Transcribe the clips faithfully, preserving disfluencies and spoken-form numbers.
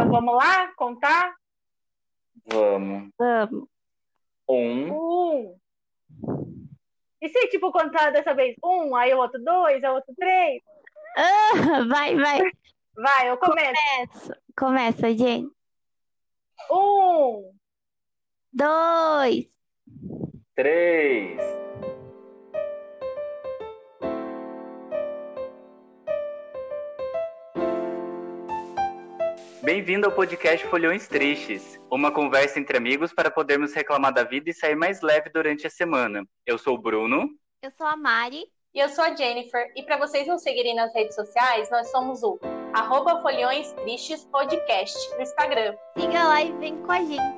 Então vamos lá contar? Vamos. Vamos. Um. Um. E se, tipo, contar dessa vez um, aí o outro dois, aí o outro três? Ah, vai, vai. Vai, eu começo. Começa, começa, gente. Um. Dois. Três. Bem-vindo ao podcast Folhões Tristes, uma conversa entre amigos para podermos reclamar da vida e sair mais leve durante a semana. Eu sou o Bruno. Eu sou a Mari. E eu sou a Jennifer. E para vocês nos seguirem nas redes sociais, nós somos o arroba Folhões Tristes Podcast no Instagram. Siga lá e vem com a gente.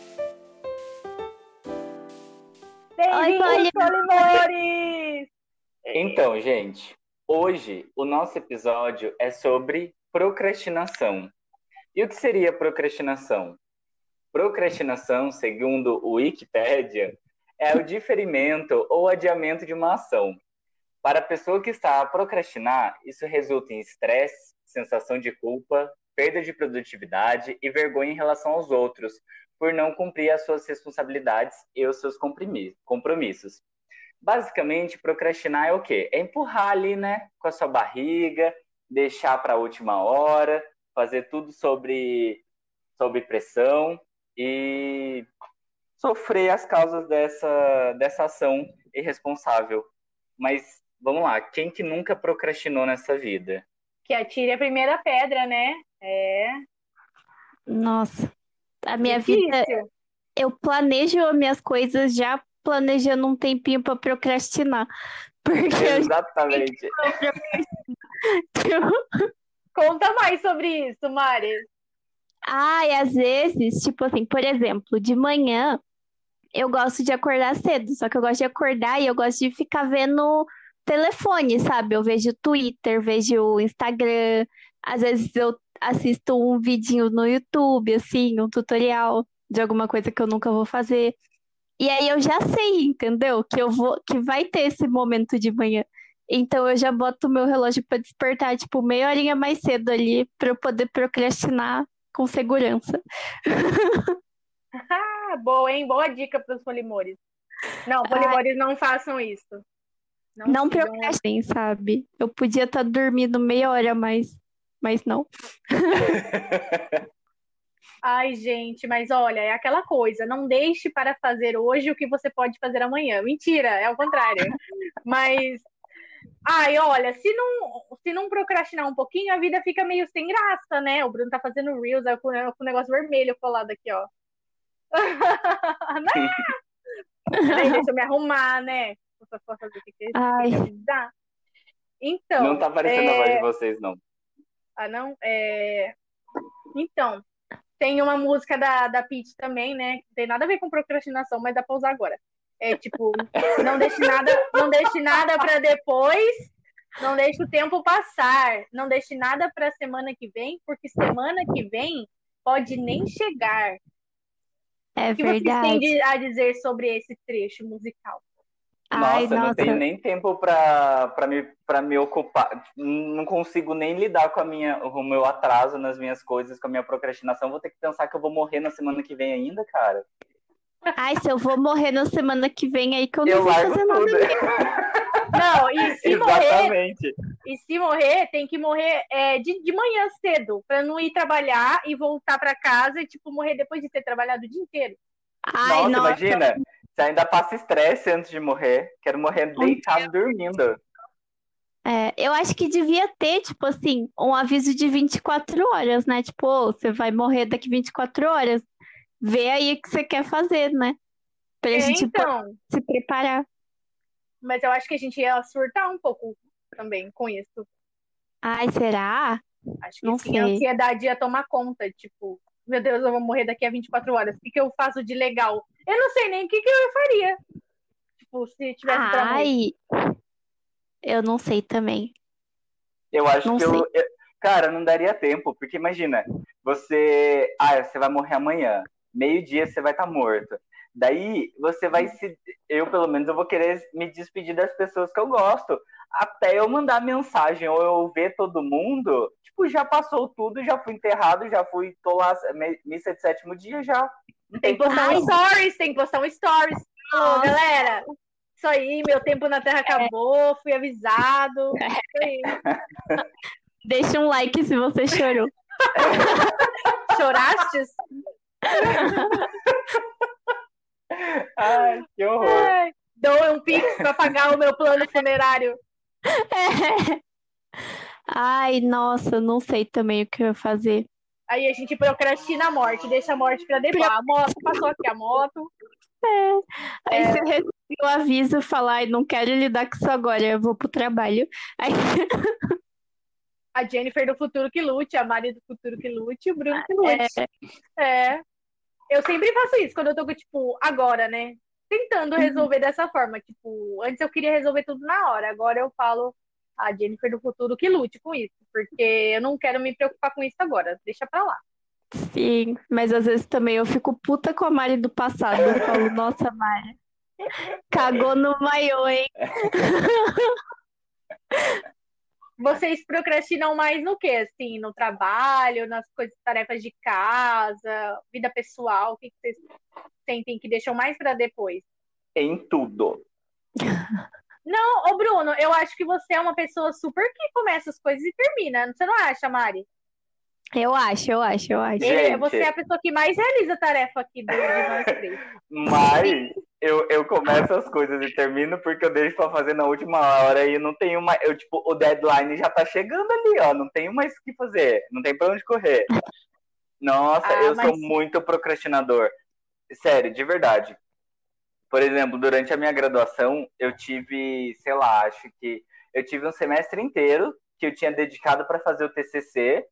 Bem-vindos, Polimores! Então, gente, hoje o nosso episódio é sobre procrastinação. E o que seria procrastinação? Procrastinação, segundo o Wikipédia, é o diferimento ou adiamento de uma ação. Para a pessoa que está a procrastinar, isso resulta em estresse, sensação de culpa, perda de produtividade e vergonha em relação aos outros, por não cumprir as suas responsabilidades e os seus compromissos. Basicamente, procrastinar é o quê? É empurrar ali, né, com a sua barriga, deixar para a última hora, fazer tudo sobre, sobre pressão e sofrer as causas dessa, dessa ação irresponsável. Mas, vamos lá, quem que nunca procrastinou nessa vida? Que atire a primeira pedra, né? É. Nossa, a minha Difícil. vida, eu planejo as minhas coisas já planejando um tempinho para procrastinar. Porque Exatamente. eu Conta mais sobre isso, Mari. Ai, às vezes, tipo assim, por exemplo, de manhã eu gosto de acordar cedo, só que eu gosto de acordar e eu gosto de ficar vendo telefone, sabe? Eu vejo Twitter, vejo Instagram, às vezes eu assisto um vidinho no YouTube, assim, um tutorial de alguma coisa que eu nunca vou fazer. E aí eu já sei, entendeu? Que eu vou, que vai ter esse momento de manhã. Então eu já boto o meu relógio pra despertar, tipo, meia horinha mais cedo ali, pra eu poder procrastinar com segurança. Ah, boa, hein? Boa dica para os polimores. Não, polimores, não façam isso. Não, Não sigam- procrastinem, sabe? Eu podia estar dormindo meia hora mais, mas não. Ai, gente, mas olha, é aquela coisa. Não deixe para fazer hoje o que você pode fazer amanhã. Mentira, é o contrário. Mas, ai, olha, se não, se não procrastinar um pouquinho, a vida fica meio sem graça, né? O Bruno tá fazendo Reels aí com, com o negócio vermelho colado aqui, ó. Peraí, deixa eu me arrumar, né? Vou só fazer o que que Ai. que avisar. Então. Não tá aparecendo é... a voz de vocês, não. Ah, não? É... Então, tem uma música da, da Pitty também, né? Que não tem nada a ver com procrastinação, mas dá pra usar agora. É tipo, não deixe nada, não deixe nada pra depois, não deixe o tempo passar, não deixe nada pra semana que vem, porque semana que vem pode nem chegar. É O que vocês têm verdade. de- a dizer sobre esse trecho musical? Ai, Nossa, eu não nossa. tenho nem tempo pra, pra, me, pra me ocupar. Não consigo nem lidar com, a minha, com o meu atraso nas minhas coisas, com a minha procrastinação. Vou ter que pensar que eu vou morrer na semana que vem ainda, cara. Ai, se eu vou morrer na semana que vem aí que eu não Eu vou largo fazer nada. tudo. Não, e se morrer, Exatamente. e se morrer, tem que morrer é, de, de manhã cedo, pra não ir trabalhar e voltar pra casa e, tipo, morrer depois de ter trabalhado o dia inteiro. Ai, Nossa, nossa. imagina. Você ainda passa estresse antes de morrer. Quero morrer deitado, dormindo. É, eu acho que devia ter, tipo assim, um aviso de vinte e quatro horas, né? Tipo, ô, você vai morrer daqui vinte e quatro horas. Vê aí o que você quer fazer, né? Pra É, gente então, se preparar. mas eu acho que a gente ia surtar um pouco também com isso. Ai, será? Acho que Não sim, a sei. ansiedade ia tomar conta, tipo, meu Deus, eu vou morrer daqui a vinte e quatro horas. O que, que eu faço de legal? Eu não sei nem o que, que eu faria. Tipo, se tivesse pra morrer. Ai, eu não sei também. Eu acho Não que eu, eu- Cara, não daria tempo, porque imagina, você. Ah, você vai morrer amanhã. Meio-dia você vai estar morto. Daí você vai se. Eu, pelo menos, eu vou querer me despedir das pessoas que eu gosto. até eu mandar mensagem ou eu ver todo mundo, tipo, já passou tudo, já fui enterrado, já fui, tô lá, missa de sétimo dia, já. Não Tem tem que postar um como não. stories, tem que postar um stories. Ô, Nossa. galera, isso aí, meu tempo na Terra acabou, fui avisado. Isso aí. Deixa um like se você chorou. Chorastes? Ai, que horror. Ai, dou um pix pra pagar o meu plano funerário. Ai, nossa, não sei também o que eu ia fazer. Aí a gente procrastina a morte, deixa a morte pra depois. A moto, passou aqui a moto. Aí É. você recebe o aviso e fala, ai, não quero lidar com isso agora, eu vou pro trabalho. Aí, A Jennifer do futuro que lute, a Mari do futuro que lute, o Bruno que lute. É. Eu sempre faço isso, quando eu tô, tipo, agora, né? Tentando resolver dessa forma. Tipo, antes eu queria resolver tudo na hora. Agora eu falo a Jennifer do futuro que lute com isso. Porque eu não quero me preocupar com isso agora. Deixa pra lá. sim, mas às vezes também eu fico puta com a Mari do passado. Eu falo, nossa, Mari, cagou no maiô, hein? Vocês procrastinam mais no quê? Assim, no trabalho, nas coisas, tarefas de casa, vida pessoal? O que que vocês sentem que deixam mais pra depois? Em tudo. Não, ô Bruno, eu acho que você é uma pessoa super que começa as coisas e termina. Você não acha, Mari? Eu acho, eu acho, eu acho. Ele- Gente. você é a pessoa que mais realiza a tarefa aqui do, de nós três. Mas eu, eu começo as coisas e termino porque eu deixo pra fazer na última hora e não tenho mais. Eu, tipo, o deadline já tá chegando ali, ó. Não tenho mais o que fazer. Não tem pra onde correr. Nossa, Ah, eu mas- sou muito procrastinador. Sério, de verdade. Por exemplo, durante a minha graduação, eu tive, sei lá, acho que eu tive um semestre inteiro que eu tinha dedicado para fazer o T C C.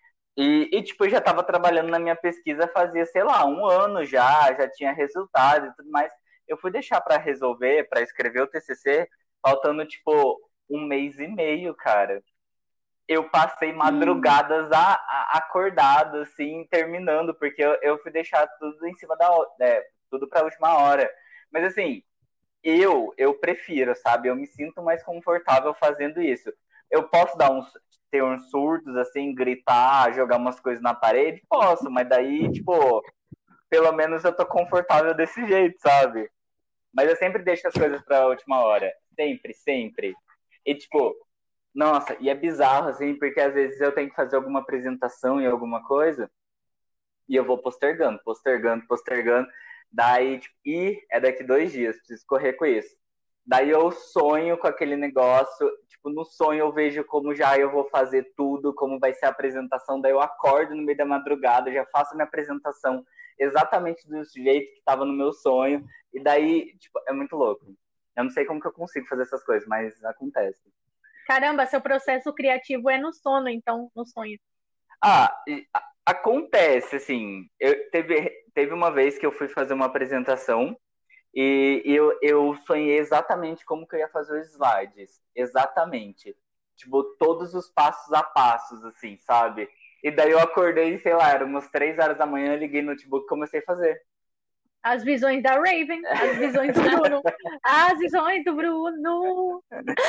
E, e, tipo, eu já tava trabalhando na minha pesquisa fazia, sei lá, um ano já, já tinha resultado e tudo mais. Eu fui deixar para resolver, para escrever o T C C, faltando, tipo, um mês e meio, cara. Eu passei madrugadas a, a- acordado, assim, terminando, porque eu, eu fui deixar tudo em cima da hora, né, tudo pra última hora. Mas, assim, eu, eu prefiro, sabe? Eu me sinto mais confortável fazendo isso. Eu posso dar uns, ter uns surtos, assim, gritar, jogar umas coisas na parede? Posso, mas daí, tipo, pelo menos eu tô confortável desse jeito, sabe? Mas eu sempre deixo as coisas pra última hora. Sempre, sempre. E, tipo, nossa, e é bizarro, assim, porque às vezes eu tenho que fazer alguma apresentação em alguma coisa e eu vou postergando, postergando, postergando. Daí, tipo, e é daqui dois dias, preciso correr com isso. Daí eu sonho com aquele negócio, tipo, no sonho eu vejo como já eu vou fazer tudo, como vai ser a apresentação. Daí eu acordo no meio da madrugada, já faço a minha apresentação exatamente do jeito que estava no meu sonho. E daí, tipo, é muito louco. Eu não sei como que eu consigo fazer essas coisas, mas acontece. Caramba, seu processo criativo é no sono, então, no sonho. Ah, e- a- acontece, assim, eu, teve, teve uma vez que eu fui fazer uma apresentação e eu, eu sonhei exatamente como que eu ia fazer os slides, exatamente, tipo, todos os passos a passos, assim, sabe? E daí eu acordei, sei lá, era umas três horas da manhã, liguei no notebook e comecei a fazer. As visões da Raven, as visões do Bruno. As visões do Bruno.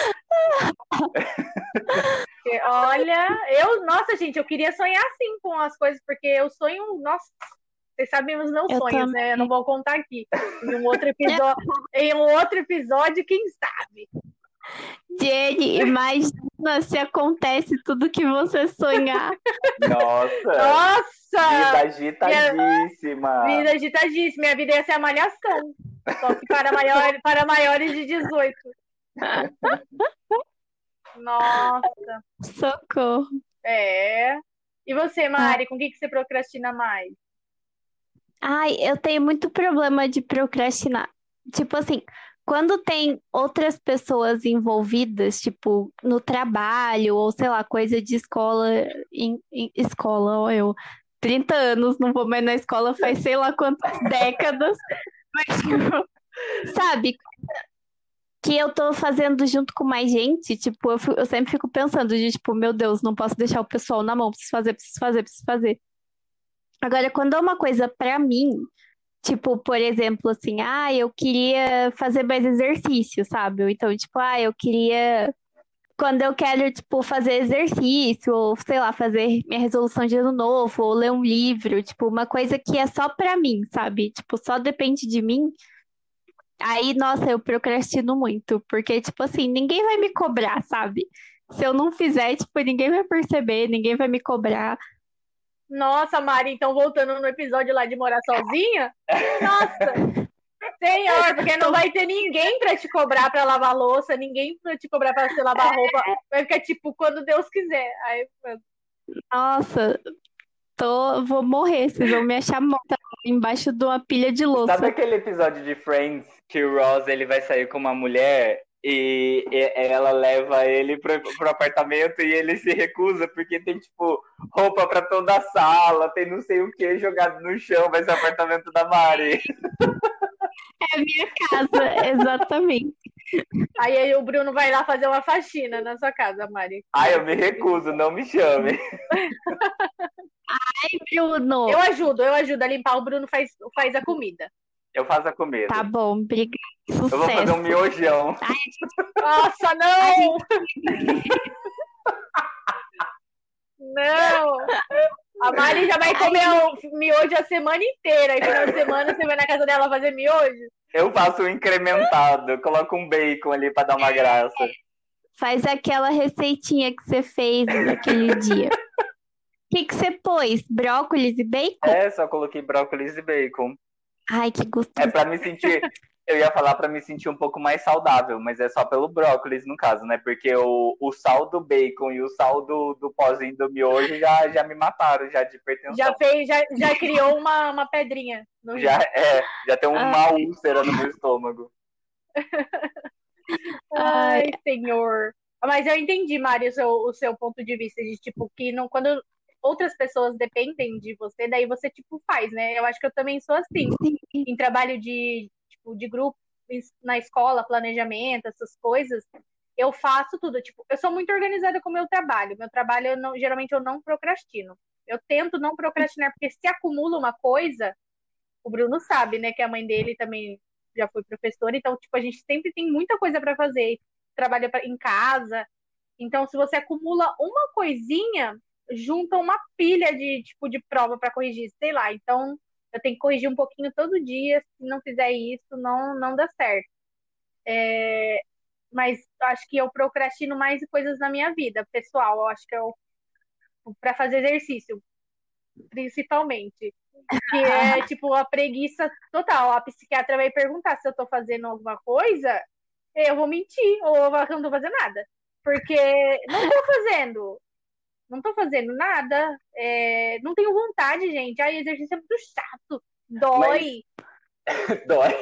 Olha, eu, nossa, gente, eu queria sonhar assim com as coisas, porque eu sonho, nossa, vocês sabem os meus Eu sonhos, né? Eu não vou contar aqui. Em um outro episódio, em um outro episódio, quem sabe? Jenny, imagina se acontece tudo que você sonhar. Nossa, Nossa! vida agitadíssima. Vida agitadíssima. Minha vida ia ser a malhação. Só que para, maior, para maiores de dezoito. Nossa. Socorro. É. E você, Mari, com o que, que você procrastina mais? Ai, eu tenho muito problema de procrastinar. Tipo assim, quando tem outras pessoas envolvidas, tipo, no trabalho, ou sei lá, coisa de escola, em, em- escola, ó, eu, trinta anos, não vou mais na escola faz sei lá quantas décadas, mas, tipo, sabe, que eu tô fazendo junto com mais gente, tipo, eu, fi- eu sempre fico pensando de, tipo, meu Deus, não posso deixar o pessoal na mão, preciso fazer, preciso fazer, preciso fazer. Agora, quando é uma coisa pra mim, tipo, por exemplo, assim, ah, eu queria fazer mais exercício, sabe? Ou então, tipo, ah, eu queria quando eu quero, tipo, fazer exercício, ou sei lá, fazer minha resolução de ano novo, ou ler um livro, tipo, uma coisa que é só pra mim, sabe? Tipo, só depende de mim. Aí, nossa, eu procrastino muito, porque, tipo assim, ninguém vai me cobrar, sabe? Se eu não fizer, tipo, ninguém vai perceber, ninguém vai me cobrar. Nossa, Mari, então voltando no episódio lá de morar sozinha, nossa, senhor, porque não vai ter ninguém pra te cobrar pra lavar louça, ninguém pra te cobrar pra você lavar roupa. Vai ficar tipo quando Deus quiser. Aí, mano, Nossa, tô, vou morrer, vocês vão me achar morta embaixo de uma pilha de Sabe louça. aquele episódio de Friends que o Ross ele vai sair com uma mulher e, e- ela leva ele pro, pro apartamento e ele se recusa porque tem, tipo, roupa pra toda a sala, tem não sei o que jogado no chão, vai ser o apartamento da Mari. É a minha casa, exatamente. aí, aí o Bruno vai lá fazer uma faxina na sua casa, Mari. Ai, eu me recuso, não me chame. Bruno, Eu ajudo, eu ajudo a limpar, o Bruno faz, faz a comida. Eu faço a comida. tá bom, obrigada. Eu vou fazer um Sucesso. miojão. Nossa, não! Não! A Mari já vai comer o miojo a semana inteira. E final de semana você vai na casa dela fazer miojo. Eu faço um incrementado, eu coloco um bacon ali pra dar uma graça. Faz aquela receitinha que você fez naquele dia. O que que você pôs? Brócolis e bacon? É, só coloquei brócolis e bacon. Ai, que É gostoso. pra me sentir, eu ia falar pra me sentir um pouco mais saudável, mas é só pelo brócolis no caso, né? Porque o, o sal do bacon e o sal do, do pozinho do miojo já, já me mataram já de hipertensão. Já fez, já, já criou uma, uma pedrinha no rim. Já, é, já tem uma Ah. úlcera no meu estômago. Ai, senhor. Mas eu entendi, Mari, o seu, o seu ponto de vista de tipo que não, quando outras pessoas dependem de você, daí você tipo faz, né? Eu acho que eu também sou assim. Sim. Em trabalho de, tipo, de grupo, na escola, planejamento, essas coisas, eu faço tudo. Tipo, eu sou muito organizada com o meu trabalho. Meu trabalho, eu não, geralmente, eu não procrastino. Eu tento não procrastinar, porque se acumula uma coisa, o Bruno sabe, né, que a mãe dele também já foi professora, então, tipo, a gente sempre tem muita coisa para fazer, trabalha pra, em casa. Então, se você acumula uma coisinha, junta uma pilha de, tipo, de prova para corrigir, sei lá. Então, eu tenho que corrigir um pouquinho todo dia. Se não fizer isso, não, não dá certo. É, mas acho que eu procrastino mais coisas na minha vida pessoal. Eu acho que eu para fazer exercício, principalmente. Que é tipo a preguiça total. A psiquiatra vai perguntar se eu tô fazendo alguma coisa, eu vou mentir, ou eu vou falar que eu não tô fazendo nada. Porque não tô fazendo. Não tô fazendo nada. É, não tenho vontade, gente. Ai, exercício é muito chato. Dói. Mas... Dói.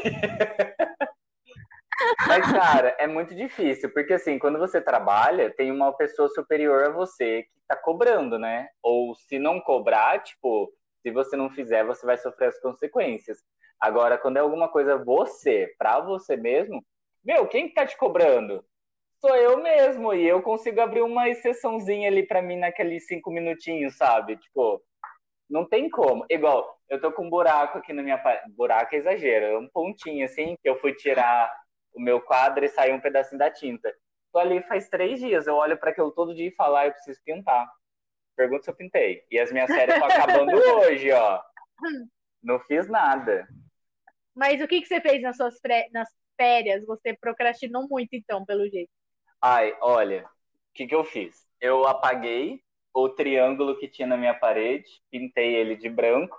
Mas, cara, é muito difícil, porque assim, quando você trabalha, tem uma pessoa superior a você que tá cobrando, né? Ou se não cobrar, tipo, se você não fizer, você vai sofrer as consequências. Agora, quando é alguma coisa você, pra você mesmo, meu, quem que tá te cobrando? Sou eu mesmo, e eu consigo abrir uma exceçãozinha ali pra mim naqueles cinco minutinhos, sabe? Tipo, não tem como. Igual, eu tô com um buraco aqui na minha parede. Buraco é exagero, é um pontinho assim, que eu fui tirar o meu quadro e saiu um pedacinho da tinta. Tô ali faz três dias, eu olho para aquilo todo dia e falo, ah, eu preciso pintar. Pergunta se eu pintei. E as minhas férias estão acabando hoje, ó. Não fiz nada. Mas o que, que você fez nas suas pré... nas férias? Você procrastinou muito, então, pelo jeito. Ai, olha, o que, que eu fiz? Eu apaguei o triângulo que tinha na minha parede, pintei ele de branco,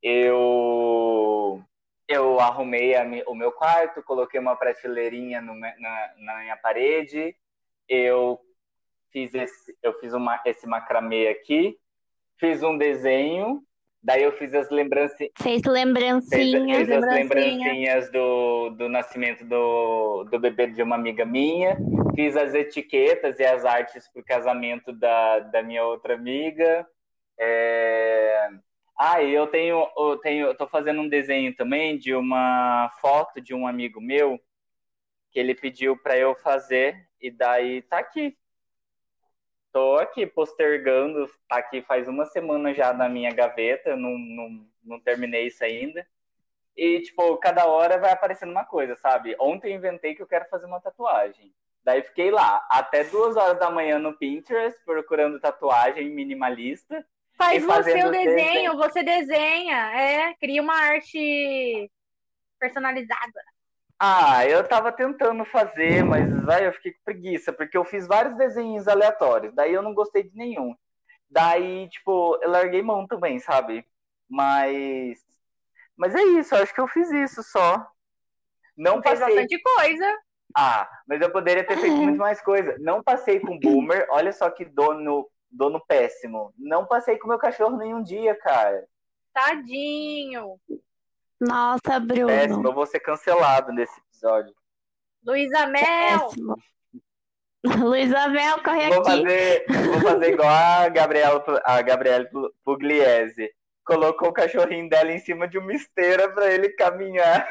eu eu arrumei a, o meu quarto, coloquei uma prateleirinha no, na, na minha parede, eu fiz esse, eu fiz uma, esse macramê aqui, fiz um desenho, daí eu fiz as lembrancinhas. Fez lembrancinhas. Fiz, fiz as lembrancinhas do, do nascimento do, do bebê de uma amiga minha, fiz as etiquetas e as artes para o casamento da, da minha outra amiga. É... Ah, e eu tenho, eu tenho, eu tô fazendo um desenho também de uma foto de um amigo meu que ele pediu para eu fazer e daí tá aqui. Tô aqui postergando, tá aqui faz uma semana já na minha gaveta, não, não, não terminei isso ainda. E, tipo, cada hora vai aparecendo uma coisa, sabe? Ontem eu inventei que eu quero fazer uma tatuagem. Daí fiquei lá, até duas horas da manhã no Pinterest, procurando tatuagem minimalista. Faz E você fazendo o desenho, desenho. você desenha, é, cria uma arte personalizada. Ah, eu tava tentando fazer, mas vai, eu fiquei com preguiça, porque eu fiz vários desenhos aleatórios, daí eu não gostei de nenhum. Daí, tipo, eu larguei mão também, sabe? Mas. Mas é isso, eu acho que eu fiz isso só. Não Tu fez passei. bastante coisa. Ah, mas eu poderia ter feito muito mais coisa. Não passei com boomer, olha só que dono, dono péssimo. Não passei com meu cachorro nenhum dia, cara. Tadinho. Nossa, Péssimo, Bruno. eu vou ser cancelado nesse episódio. Luísa Mel. Péssimo. Luísa Mel, corre Vou aqui. fazer, vou fazer igual a Gabriela, a Gabriela Pugliese. Colocou o cachorrinho dela em cima de uma esteira pra ele caminhar.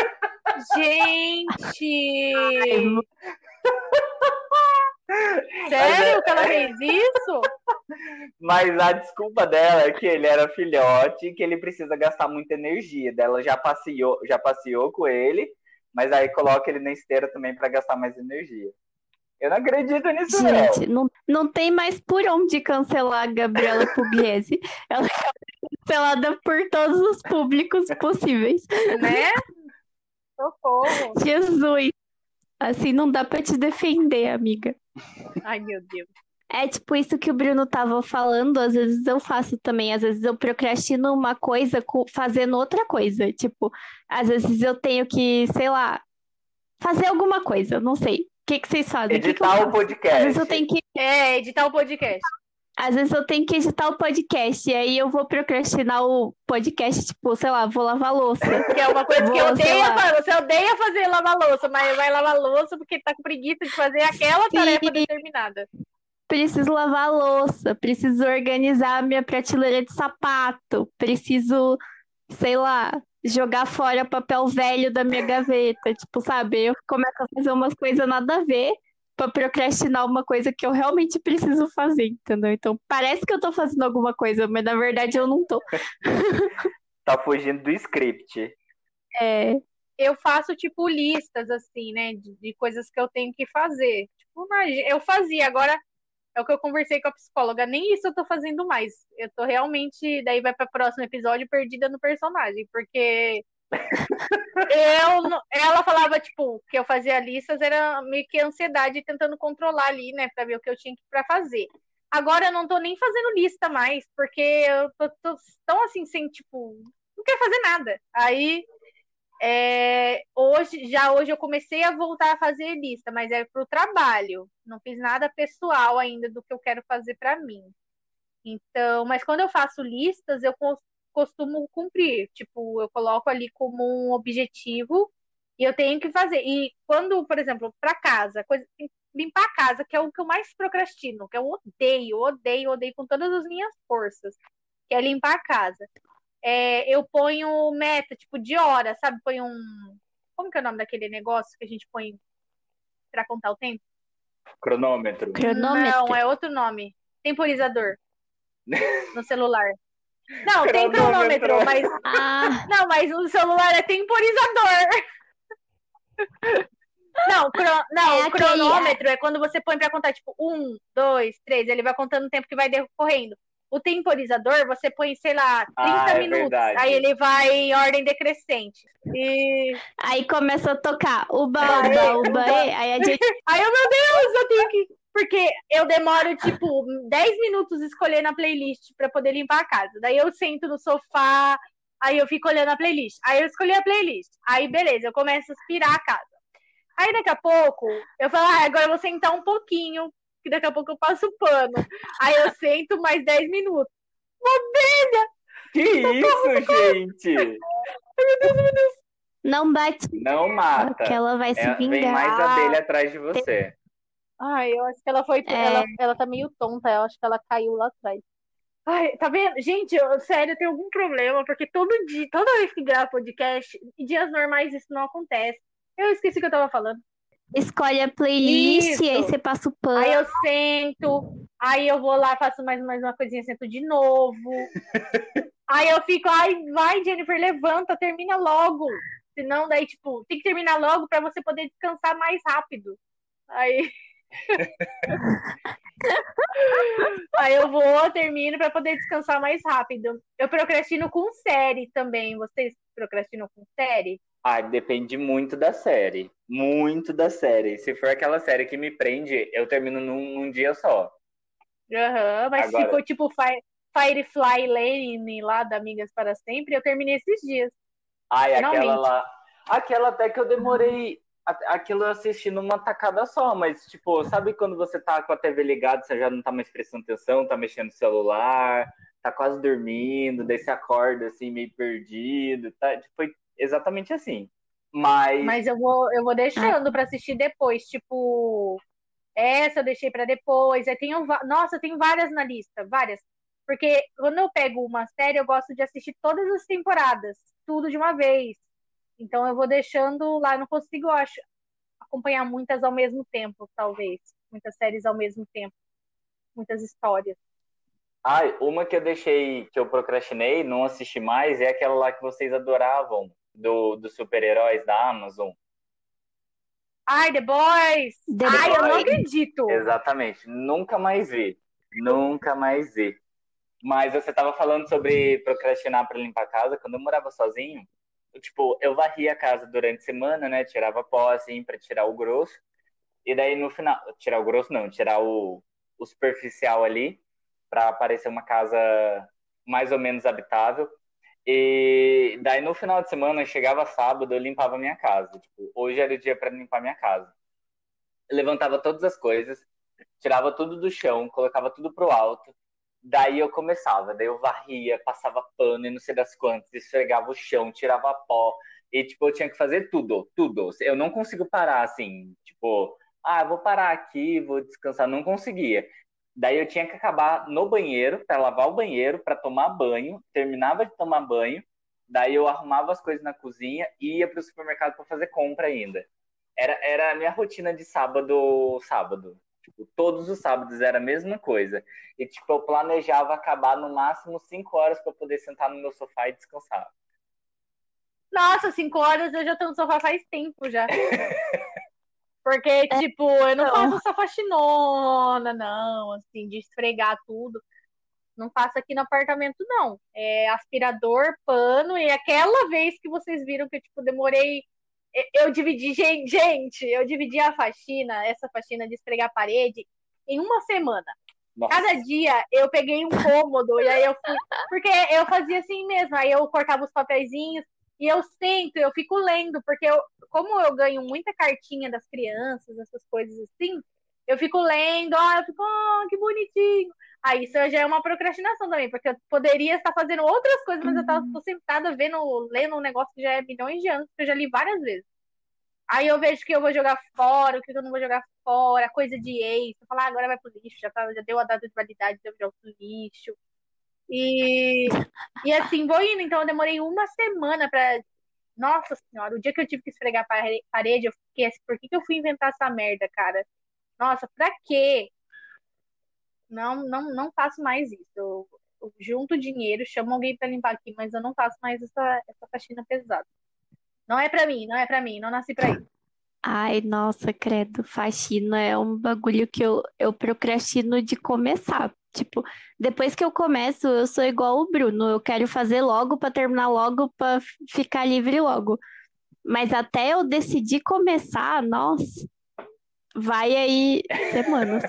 Gente! Sério que ela fez isso? Mas a desculpa dela é que ele era filhote e que ele precisa gastar muita energia. Dela já passeou, já passeou com ele, mas aí coloca ele na esteira também pra gastar mais energia. Eu não acredito nisso, Gente, não. não, não tem mais por onde cancelar a Gabriela Pugliese. Ela é cancelada por todos os públicos possíveis. Né? Socorro. Jesus. Assim não dá pra te defender, amiga. Ai, meu Deus. É tipo isso que o Bruno tava falando, às vezes eu faço também, às vezes eu procrastino uma coisa co- fazendo outra coisa. Tipo, às vezes eu tenho que, sei lá, fazer alguma coisa, não sei. O que que vocês fazem? O que que eu Editar o faço? Às podcast. vezes eu tenho que, É, editar o podcast. às vezes eu tenho que editar o podcast, e aí eu vou procrastinar o podcast, tipo, sei lá, vou lavar louça. Que é uma coisa que Vou, sei odeia lá. fazer. Você odeia fazer lavar louça, mas vai lavar louça porque tá com preguiça de fazer aquela Sim. tarefa determinada. Preciso lavar a louça, preciso organizar a minha prateleira de sapato, preciso, sei lá, jogar fora papel velho da minha gaveta. Tipo, sabe? Eu começo a fazer umas coisas nada a ver pra procrastinar uma coisa que eu realmente preciso fazer, entendeu? Então, parece que eu tô fazendo alguma coisa, mas na verdade eu não tô. Tá fugindo do script. É, Eu faço, tipo, listas, assim, né? De, de coisas que eu tenho que fazer. Tipo, imagina, eu fazia, agora é o que eu conversei com a psicóloga. Nem isso eu tô fazendo mais. Eu tô realmente, daí vai para o próximo episódio, perdida no personagem, porque eu, não- ela falava, tipo, que eu fazia listas, era meio que ansiedade tentando controlar ali, né, pra ver o que eu tinha que pra fazer. Agora eu não tô nem fazendo lista mais, porque eu tô, tô tão assim, sem, tipo, não quero fazer nada. Aí, é, hoje, já hoje eu comecei a voltar a fazer lista, mas é pro trabalho. Não fiz nada pessoal ainda do que eu quero fazer pra mim. Então, mas quando eu faço listas, eu cos- costumo cumprir. Tipo, eu coloco ali como um objetivo e eu tenho que fazer. E quando, por exemplo, para casa, coisa, limpar a casa, que é o que eu mais procrastino, que eu odeio, odeio, odeio com todas as minhas forças, que é limpar a casa. É, eu ponho meta, tipo, de hora, sabe? Põe um. Como que é o nome daquele negócio que a gente põe para contar o tempo? Cronômetro. cronômetro. Não, é outro nome. Temporizador. No celular. Não, tem cronômetro, mas. Ah, Não, mas o celular é temporizador. Não, cro... não É o aquele- cronômetro é quando você põe pra contar, tipo, um, dois, três, ele vai contando o tempo que vai decorrendo. O temporizador, você põe, sei lá, trinta Ah, é minutos. verdade. Aí ele vai em ordem decrescente. E. aí começa a tocar uba, Vai, uba, uba. uba, e, aí a gente Aí, eu, meu Deus, eu tenho que. Porque eu demoro, tipo, dez minutos escolhendo a playlist pra poder limpar a casa. Daí eu sento no sofá, aí eu fico olhando a playlist. Aí eu escolhi a playlist. Aí, beleza, eu começo a aspirar a casa. Aí daqui a pouco, eu falo, ah, agora eu vou sentar um pouquinho, que daqui a pouco eu passo o pano. Aí eu sento mais dez minutos. Que isso, gente? não bate, Não mata. que ela vai se É, vem vingar. mais abelha atrás de você. Ai, eu acho que ela foi. É. Ela, ela tá meio tonta, eu acho que ela caiu lá atrás. Ai, tá vendo? Gente, eu, sério, eu tenho algum problema, porque todo dia, toda vez que gravo podcast, em dias normais isso não acontece. Eu esqueci o que eu tava falando. Escolhe a playlist Isso. e aí você passa o pano. Aí eu sento, aí eu vou lá, faço mais, mais uma coisinha, sento de novo. Aí eu fico, ai, vai, Jennifer, levanta, termina logo. Senão, daí, tipo, tem que terminar logo pra você poder descansar mais rápido. Aí, aí eu vou, termino pra poder descansar mais rápido. Eu procrastino com série também. Vocês procrastinam com série? Ah, depende muito da série. Muito da série. Se for aquela série que me prende, eu termino num, num dia só. Aham, mas se Agora, for tipo Fi- Firefly Lane lá da Amigas para Sempre, eu terminei esses dias, ai, aquela finalmente. lá. Aquela até que eu demorei. a- Aquilo eu assisti numa tacada só, mas, tipo, sabe quando você tá com a T V ligada, você já não tá mais prestando atenção, tá mexendo no celular, tá quase dormindo, daí você acorda assim, meio perdido, tá? Foi exatamente assim. Mas, Mas eu vou, eu vou Ai, deixando pra assistir depois, tipo, essa eu deixei pra depois. Eu tenho, va- nossa, eu tenho várias na lista, várias. Porque quando eu pego uma série, eu gosto de assistir todas as temporadas, tudo de uma vez. Então eu vou deixando lá, eu não consigo, eu acho, acompanhar muitas ao mesmo tempo, talvez. Muitas séries ao mesmo tempo, muitas histórias. ai, uma que eu deixei, que eu procrastinei, não assisti mais, é aquela lá que vocês adoravam, do, dos super-heróis da Amazon. Ai, The Boys! The The Ai, eu não Boys. acredito! Exatamente. Nunca mais vi. Nunca mais vi. Mas você tava falando sobre procrastinar para limpar a casa. Quando eu morava sozinho, eu, tipo, eu varria a casa durante a semana, né? Tirava pó, assim, pra tirar o grosso. E daí no final, tirar o grosso não, tirar o, o superficial ali, pra parecer uma casa mais ou menos habitável. E daí no final de semana, chegava sábado, eu limpava a minha casa. Tipo, hoje era o dia para limpar a minha casa. Eu levantava todas as coisas, tirava tudo do chão, colocava tudo pro alto. Daí eu começava, daí eu varria, passava pano e não sei das quantas, esfregava o chão, tirava pó. E, tipo, eu tinha que fazer tudo, tudo. Eu não consigo parar, assim, tipo, ah, vou parar aqui, vou descansar. Não conseguia. Daí eu tinha que acabar no banheiro, para lavar o banheiro, para tomar banho. Terminava de tomar banho. Daí eu arrumava as coisas na cozinha e ia pro supermercado para fazer compra ainda. Era, era a minha rotina de sábado, sábado. Tipo, todos os sábados era a mesma coisa. E, tipo, eu planejava acabar no máximo cinco horas para poder sentar no meu sofá e descansar. Nossa, cinco horas eu já tô no sofá faz tempo já. Porque, tipo, eu não faço não. essa faxinona, não, assim, de esfregar tudo. Não faço aqui no apartamento, não. É aspirador, pano, e aquela vez que vocês viram que eu, tipo, demorei. Eu dividi, gente, eu dividi a faxina, essa faxina de esfregar a parede, em uma semana. Nossa. Cada dia eu peguei um cômodo e aí eu fui. Porque eu fazia assim mesmo, aí eu cortava os papeizinhos e eu sento, eu fico lendo, porque eu, como eu ganho muita cartinha das crianças, essas coisas assim, eu fico lendo, ah, eu fico, ah, que bonitinho. Aí isso já é uma procrastinação também, porque eu poderia estar fazendo outras coisas, mas eu tava, tô sentada vendo, lendo um negócio que já é milhões de anos, que eu já li várias vezes. Aí eu vejo que eu vou jogar fora, o que eu não vou jogar fora, coisa de ex. Eu falo, ah, agora vai pro lixo, já, tá, já deu a data de validade, eu jogo pro lixo. E, e assim, vou indo. Então eu demorei uma semana pra. Nossa senhora, o dia que eu tive que esfregar a parede, eu fiquei assim, por que, que eu fui inventar essa merda, cara? Nossa, pra quê? Não, não, não faço mais isso. Eu, eu junto dinheiro, chamo alguém pra limpar aqui, mas eu não faço mais essa, essa faxina pesada. Não é pra mim, não é pra mim, não nasci pra isso. Ai, nossa, credo, faxina é um bagulho que eu, eu procrastino de começar. Tipo, depois que eu começo, eu sou igual o Bruno. Eu quero fazer logo pra terminar logo, pra f- ficar livre logo. Mas até eu decidir começar, nossa, vai aí semanas.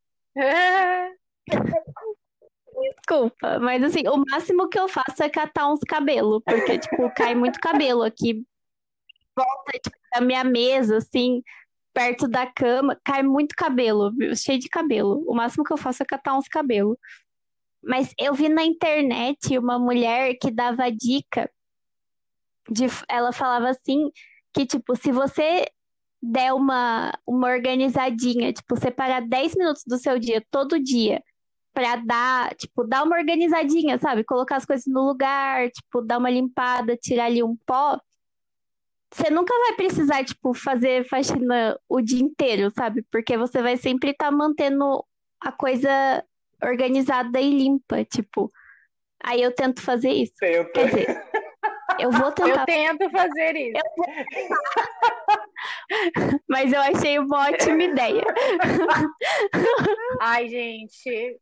Desculpa, mas assim, o máximo que eu faço é catar uns cabelos, porque, tipo, cai muito cabelo aqui, volta, tipo, da minha mesa, assim, perto da cama, cai muito cabelo, viu? Cheio de cabelo. O máximo que eu faço é catar uns cabelos. Mas eu vi na internet uma mulher que dava dica de, ela falava assim, que, tipo, se você der uma, uma organizadinha, tipo, separar dez minutos do seu dia, todo dia, pra dar, tipo, dar uma organizadinha, sabe? Colocar as coisas no lugar, tipo, dar uma limpada, tirar ali um pó. Você nunca vai precisar, tipo, fazer faxina o dia inteiro, sabe? Porque você vai sempre estar mantendo a coisa organizada e limpa, tipo. Aí eu tento fazer isso. Tenta. Quer dizer, eu vou Eu tentar. tento fazer isso. Mas eu achei uma ótima ideia. Ai, gente.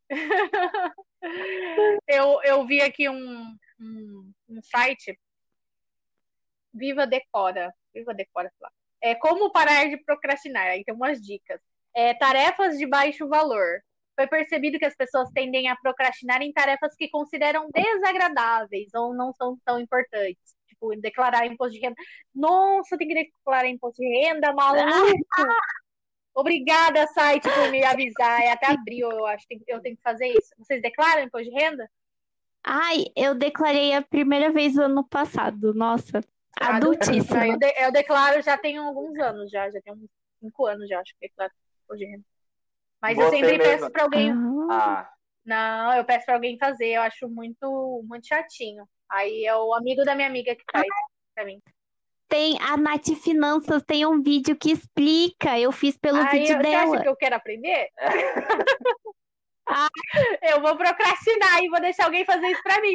Eu, eu vi aqui um, um, um site, Viva Decora. Viva Decora, sei lá. É como parar de procrastinar. Aí tem umas dicas. É, tarefas de baixo valor. Foi percebido que as pessoas tendem a procrastinar em tarefas que consideram desagradáveis ou não são tão importantes. Tipo, declarar imposto de renda. Nossa, tem que declarar imposto de renda, maluco! Obrigada, site, por me avisar. É até abril, eu acho que eu tenho que fazer isso. Vocês declaram imposto de renda? Ai, eu declarei a primeira vez no ano passado. Nossa, adultíssima. Eu, de, eu declaro já tem alguns anos, já. Já tem uns cinco anos já, acho que declaro imposto de renda. Mas Você eu sempre mesma- peço pra alguém. Ah, Ah, Não, eu peço pra alguém fazer. Eu acho muito, muito chatinho. Aí é o amigo da minha amiga que faz pra mim. tem a Nath Finanças, tem um vídeo que explica. Eu fiz pelo Aí vídeo eu- você acha dela. que eu quero aprender? Ah. Eu vou procrastinar e vou deixar alguém fazer isso pra mim.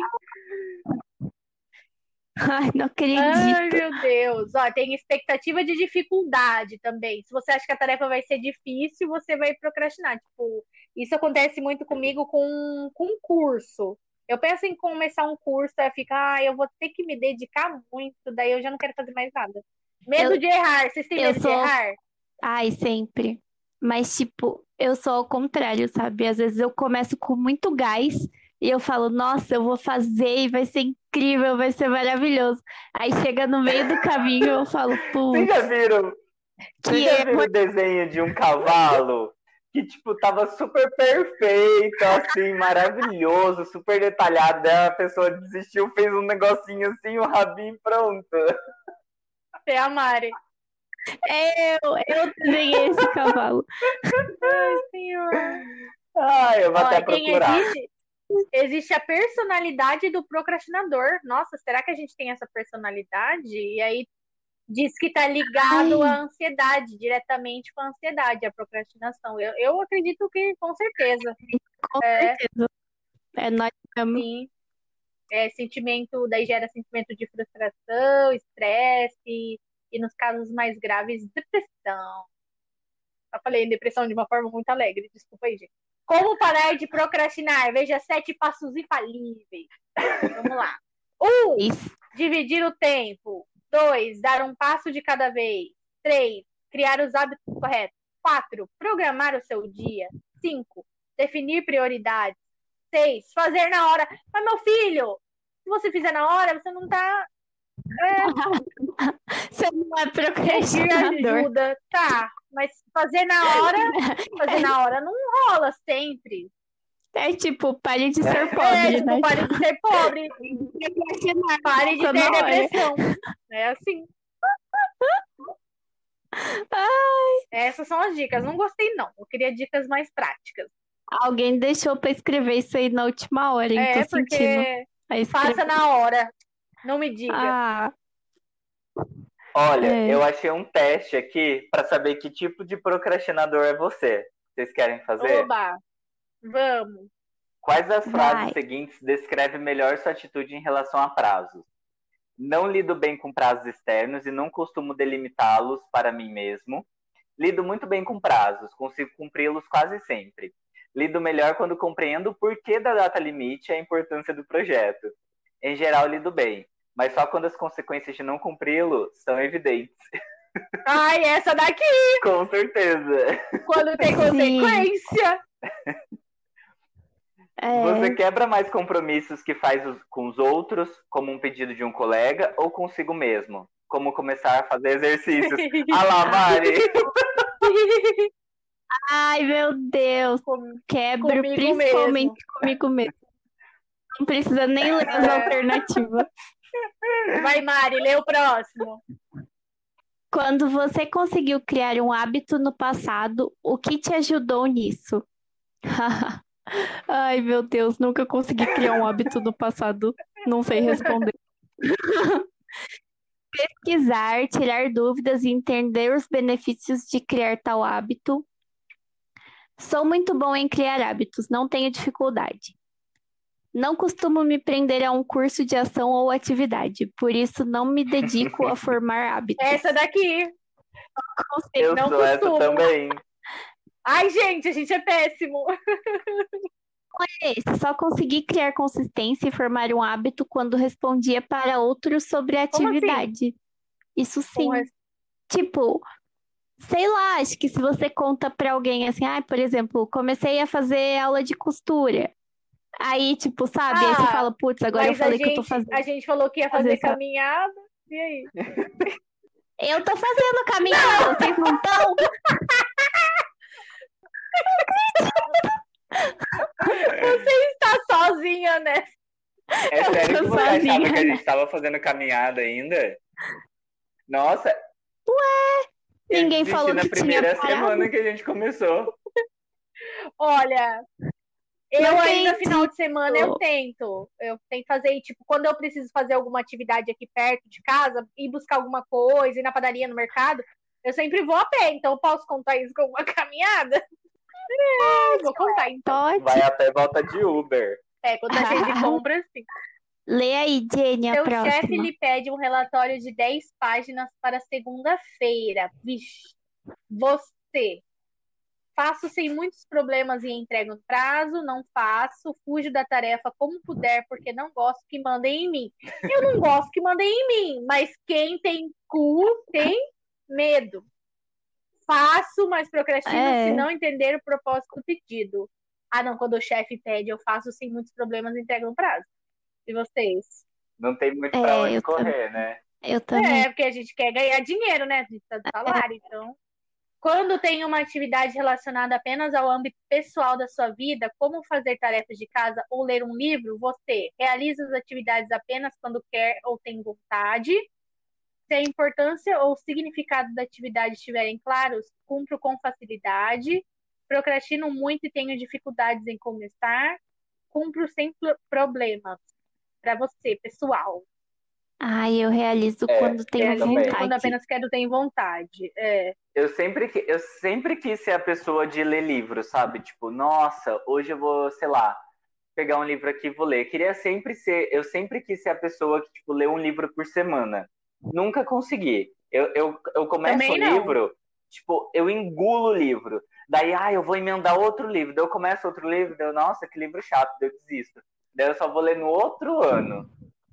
Ai, não acredito. Ai, meu Deus. Ó, tem expectativa de dificuldade também. Se você acha que a tarefa vai ser difícil, você vai procrastinar. Tipo, isso acontece muito comigo com, com curso. Eu penso em começar um curso, aí fica, ah, eu vou ter que me dedicar muito, daí eu já não quero fazer mais nada. Medo Eu- de errar. Vocês têm eu medo de sou- errar? Ai, sempre. Mas, tipo, eu sou ao contrário, sabe? Às vezes eu começo com muito gás e eu falo, nossa, eu vou fazer e vai ser incrível, vai ser maravilhoso. Aí chega no meio do caminho eu falo, vocês putz, já viram? Vocês que já erro. viram o desenho de um cavalo que, tipo, tava super perfeito, assim, maravilhoso, super detalhado. Daí a pessoa desistiu, fez um negocinho assim, o rabinho pronto. Você é a Mari. É eu, eu desenhei esse cavalo. Ai, senhor. Ah, eu vou Ó, até tem, procurar. existe, existe a personalidade do procrastinador. Nossa, será que a gente tem essa personalidade? E aí diz que tá ligado Ai. à ansiedade, diretamente com a ansiedade, a procrastinação. Eu, eu acredito que com certeza, Com É. certeza. É nós mesmo. sim. É, sentimento, daí gera sentimento de frustração, estresse e, e nos casos mais graves, depressão. Eu falei depressão de uma forma muito alegre, desculpa aí, gente. Como parar de procrastinar? Veja sete passos infalíveis. Vamos lá. Um, Isso. dividir o tempo. Dois, dar um passo de cada vez. Três, criar os hábitos corretos. Quatro, programar o seu dia. Cinco, definir prioridades. Seis, fazer na hora. Mas, meu filho, se você fizer na hora, você não tá. Você não é Pedir procrastinador. ajuda, tá. Mas fazer na hora, fazer na hora não rola sempre. É tipo, pare de ser É, pobre, tipo, né? pare de ser pobre. Pare de Tá ter na hora. depressão. É assim. Essas são as dicas. Não gostei, não. Eu queria dicas mais práticas. Alguém deixou pra escrever isso aí na última hora, hein? É, Tô sentindo. porque Aí faça escreve- na hora. Não me diga. Ah, Olha, É. eu achei um teste aqui pra saber que tipo de procrastinador é você. Vocês querem fazer? Oba, vamos. Quais das frases Vai. seguintes descrevem melhor sua atitude em relação a prazos? Não lido bem com prazos externos e não costumo delimitá-los para mim mesmo. Lido muito bem com prazos, consigo cumpri-los quase sempre. Lido melhor quando compreendo o porquê da data limite e a importância do projeto. Em geral, lido bem, mas só quando as consequências de não cumpri-lo são evidentes. Ai, essa daqui, Com certeza. quando tem Sim. consequência. é. Você quebra mais compromissos que faz os- com os outros, como um pedido de um colega, ou consigo mesmo? Como começar a fazer exercícios? Ah lá, Mari! Ai, meu Deus. Com- Quebro Comigo principalmente comigo mesmo. Não precisa nem ler as É. alternativas. Vai, Mari, lê o próximo. Quando você conseguiu criar um hábito no passado, o que te ajudou nisso? Ai, meu Deus, nunca consegui criar um hábito no passado. Não sei responder. Pesquisar, tirar dúvidas e entender os benefícios de criar tal hábito. Sou muito bom em criar hábitos, não tenho dificuldade. Não costumo me prender a um curso de ação ou atividade, por isso não me dedico a formar hábitos. Essa daqui. Eu Não sou essa costumo. também. Ai, gente, a gente é péssimo. Olha esse, só consegui criar consistência e formar um hábito quando respondia para outros sobre a Como assim? atividade. Isso sim. Com res- Tipo, sei lá, acho que se você conta pra alguém assim, ah, por exemplo, comecei a fazer aula de costura. Aí, tipo, sabe? Aí você Ah, fala, putz, agora eu mas a falei que eu tô gente, fazendo. a gente falou que ia fazer fazer essa- caminhada. E aí? Eu tô fazendo caminhada, vocês não estão? Você está sozinha, né? É Eu sério tô que você achava sozinha. que a gente tava fazendo caminhada ainda? Nossa, eu Ninguém desisti falou na que tinha primeira parado. semana que a gente começou. Olha, eu Não ainda acredito. final de semana eu tento. Eu tento fazer, tipo, quando eu preciso fazer alguma atividade aqui perto de casa, ir buscar alguma coisa, ir na padaria, no mercado, eu sempre vou a pé. Então eu posso contar isso como uma caminhada? É, vou contar então. Pode. Vai a pé e volta de Uber. É, quando tá cheio de compras, sim. Lê aí, Jenny, a Seu chefe próxima. lhe pede um relatório de dez páginas para segunda-feira. Vixe, você. Faço sem muitos problemas e entrego no prazo, não faço, fujo da tarefa como puder, porque não gosto que mandem em mim. Eu não gosto que mandem em mim, mas quem tem cu tem medo. Faço, mas procrastino É. se não entender o propósito do pedido. Ah, não, quando o chefe pede, eu faço sem muitos problemas e entrego no prazo. E vocês? Não tem muito É, pra onde eu correr, né? Eu também. É, porque a gente quer ganhar dinheiro, né? A gente tá de salário, então. Quando tem uma atividade relacionada apenas ao âmbito pessoal da sua vida, como fazer tarefas de casa ou ler um livro, você realiza as atividades apenas quando quer ou tem vontade. Se a importância ou significado da atividade estiverem claros, cumpro com facilidade. Procrastino muito e tenho dificuldades em começar. Cumpro sem pl- problemas. Para você, pessoal. Ai, eu realizo É, quando tenho Realizo também. vontade. quando apenas quero ter vontade. É. Eu sempre, que- eu sempre quis ser a pessoa de ler livro, sabe? Tipo, nossa, hoje eu vou, sei lá, pegar um livro aqui e vou ler. Queria sempre ser, eu sempre quis ser a pessoa que, tipo, lê um livro por semana. Nunca consegui. Eu, eu, eu começo Também um não. livro, tipo, eu engulo o livro. Daí, ah, eu vou emendar outro livro. Daí eu começo outro livro, daí eu, nossa, que livro chato, daí eu desisto. Daí eu só vou ler no outro ano.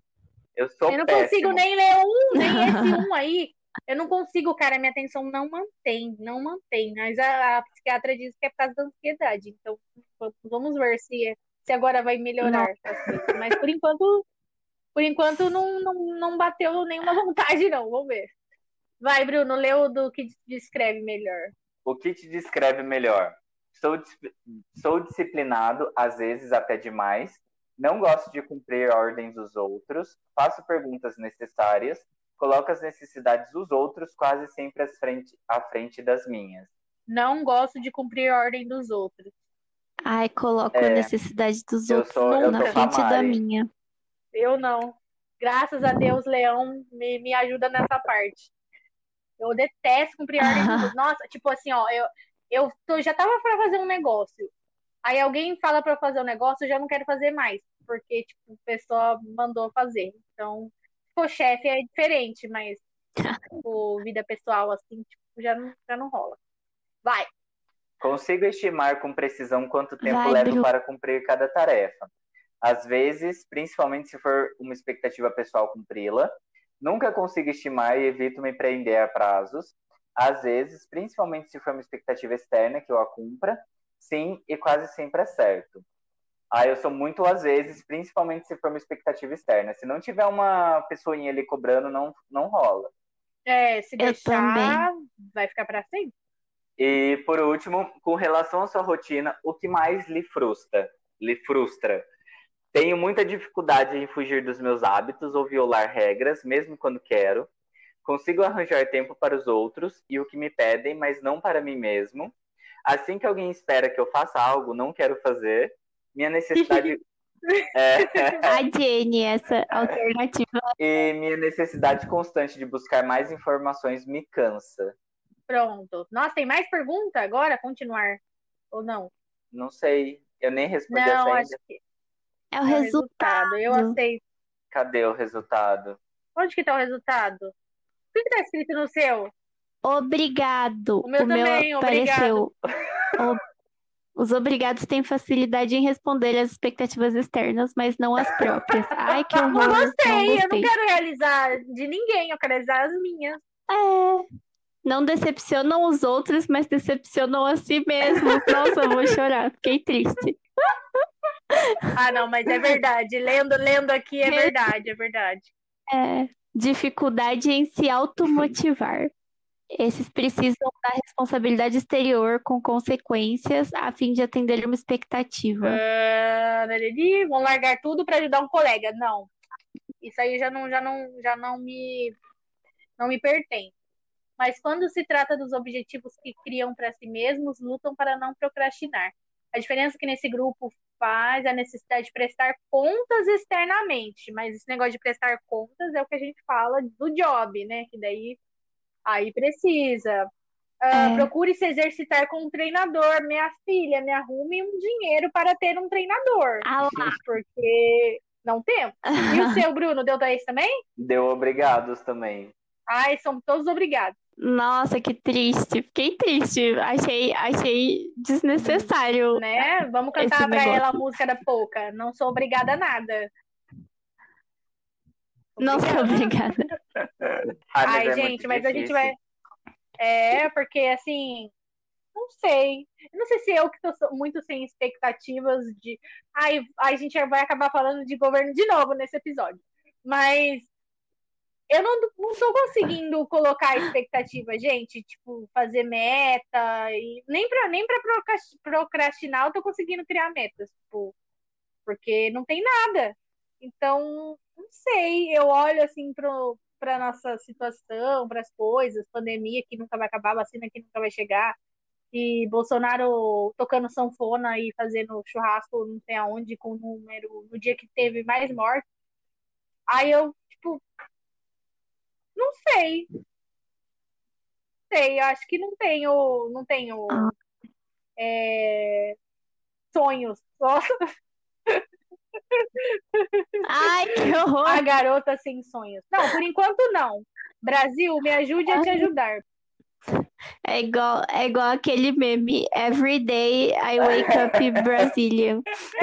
Eu sou Eu não péssimo. consigo nem ler um, nem esse um aí. Eu não consigo, cara. Minha atenção não mantém, não mantém. Mas a, a psiquiatra diz que é por causa da ansiedade. Então, vamos ver se, se agora vai melhorar as coisas. Mas por enquanto, por enquanto não, não, não bateu nenhuma vontade, não. Vamos ver. Vai, Bruno, lê o do que descreve melhor. O que te descreve melhor? Sou, dis- sou disciplinado, às vezes até demais. Não gosto de cumprir ordens dos outros. Faço perguntas necessárias. Coloco as necessidades dos outros quase sempre à frente, à frente das minhas. Não gosto de cumprir a ordem dos outros. Ai, coloco a É, necessidade dos eu outros sou, eu na tô com a frente da Mari. minha. Eu não. Graças a Deus, Leão me, me ajuda nessa parte. Eu detesto cumprir a ordem dos outros. Nossa, tipo assim, ó, eu, eu tô, já tava pra fazer um negócio. Aí alguém fala pra eu fazer um negócio, eu já não quero fazer mais. Porque, tipo, a pessoa mandou fazer. Então, se for chefe é diferente, mas tipo, vida pessoal, assim, tipo, já não, já não rola. Vai. Consigo estimar com precisão quanto tempo Vai, levo Bru. para cumprir cada tarefa. Às vezes, principalmente se for uma expectativa pessoal cumpri-la. Nunca consigo estimar e evito me prender a prazos. Às vezes, principalmente se for uma expectativa externa que eu a cumpra. Sim, e quase sempre acerto. Ah, eu sou muito às vezes, principalmente se for uma expectativa externa. Se não tiver uma pessoinha ali cobrando, não, não rola. É, se Eu deixar, vai ficar pra sempre. E, por último, com relação à sua rotina, o que mais lhe frustra? Lhe frustra? Tenho muita dificuldade em fugir dos meus hábitos ou violar regras, mesmo quando quero. Consigo arranjar tempo para os outros e o que me pedem, mas não para mim mesmo. Assim que alguém espera que eu faça algo, não quero fazer. Minha necessidade é, A Jenny, essa alternativa. e minha necessidade constante de buscar mais informações me cansa. Pronto. Nossa, tem mais pergunta agora? Continuar. Ou não? Não sei, eu nem respondi Não, essa acho ainda. que É é o o resultado. resultado. Eu aceito. Cadê o resultado? Onde que tá o resultado? O que que tá escrito no seu? Obrigado. O meu O meu também, apareceu. O- Os obrigados têm facilidade em responder às expectativas externas, mas não às próprias. Ai, que Não horror. Não gostei, eu não gostei. quero realizar de ninguém, eu quero realizar as minhas. É, não decepcionam os outros, mas decepcionam a si mesmos. Nossa, eu vou chorar. Fiquei triste. Ah, não, mas é verdade. Lendo, lendo aqui é verdade, é verdade. É, dificuldade em se automotivar. Esses precisam da responsabilidade exterior com consequências a fim de atender uma expectativa. Ah, Ih, vão largar tudo para ajudar um colega. Não. Isso aí já não, já não, já não me, não me pertence. Mas quando se trata dos objetivos que criam para si mesmos, lutam para não procrastinar. A diferença que nesse grupo faz é a necessidade de prestar contas externamente, mas esse negócio de prestar contas é o que a gente fala do job, né? Que daí aí precisa. Uh, É. Procure se exercitar com um treinador. Minha filha, me arrume um dinheiro para ter um treinador. Ah lá. Porque não temos. E o seu, Bruno, deu dez também? Deu obrigados também. Ai, somos todos obrigados. Nossa, que triste. Fiquei triste. Achei, achei desnecessário. Né? Vamos esse cantar pra negócio. ela a música da Pouca. Não sou obrigada a nada. Não sou obrigada. Ai, mas Ai, é gente, muito mas a gente difícil. vai. É, porque assim. Não sei. Eu não sei se eu que tô so- muito sem expectativas de. Ai, a gente vai acabar falando de governo de novo nesse episódio. Mas eu não, não tô conseguindo colocar expectativa, gente. Tipo, fazer meta. E nem pra, nem pra procras- procrastinar eu tô conseguindo criar metas. Tipo, porque não tem nada. Então, não sei. Eu olho assim pro, pra nossa situação, pras coisas, pandemia que nunca vai acabar, vacina que nunca vai chegar. E Bolsonaro tocando sanfona e fazendo churrasco não sei aonde, com o número, no dia que teve mais mortes. Aí eu, tipo, não sei. Sei, eu acho que não tenho, não tenho Ah. é, sonhos. Só Ai, que horror. a garota sem sonhos. Não, por enquanto não. Brasil, me ajude a te ajudar. É igual, é igual aquele meme. Every day I wake up Brazilian.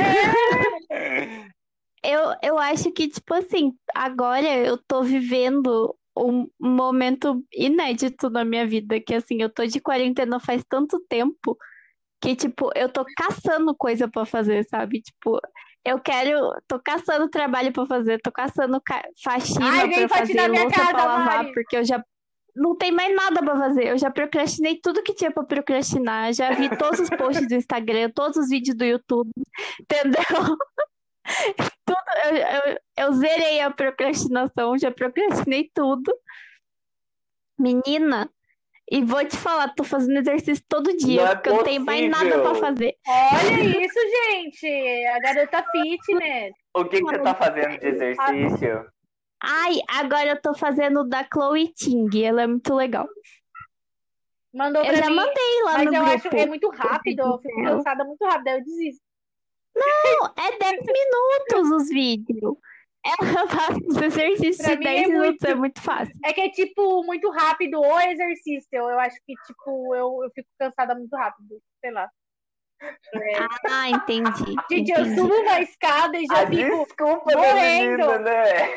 Eu, eu acho que, tipo assim, agora eu tô vivendo um momento inédito na minha vida, que assim, eu tô de quarentena faz tanto tempo que, tipo, eu tô caçando coisa pra fazer, sabe? Tipo, eu quero, tô caçando trabalho pra fazer, tô caçando ca- faxina Ai, vem pra faxinar fazer, minha louça casa, pra lavar, Mari. porque eu já não tem mais nada pra fazer. Eu já procrastinei tudo que tinha pra procrastinar, já vi todos os posts do Instagram, todos os vídeos do YouTube, entendeu? Tudo, eu, eu, eu zerei a procrastinação, já procrastinei tudo. Menina, e vou te falar, tô fazendo exercício todo dia, Não é porque eu não tenho mais nada pra possível. fazer. Olha isso, gente. A garota fitness. O que, que você tá fazendo de exercício? Ai, agora eu tô fazendo o da Chloe Ting, ela é muito legal. Mandou Eu pra já mim. mandei lá Mas no eu grupo. acho é muito rápido, eu fico dela. cansada muito rápido, aí eu desisto. Não, é dez minutos os vídeos. Ela faz os exercícios Pra de mim dez é minutos, muito- é muito fácil. É que é tipo muito rápido o exercício. Eu acho que, tipo, eu, eu fico cansada muito rápido. Sei lá. É. Ah, entendi. Gente, eu entendi. subo uma escada e já A fico. desculpa da morrendo. menina, né?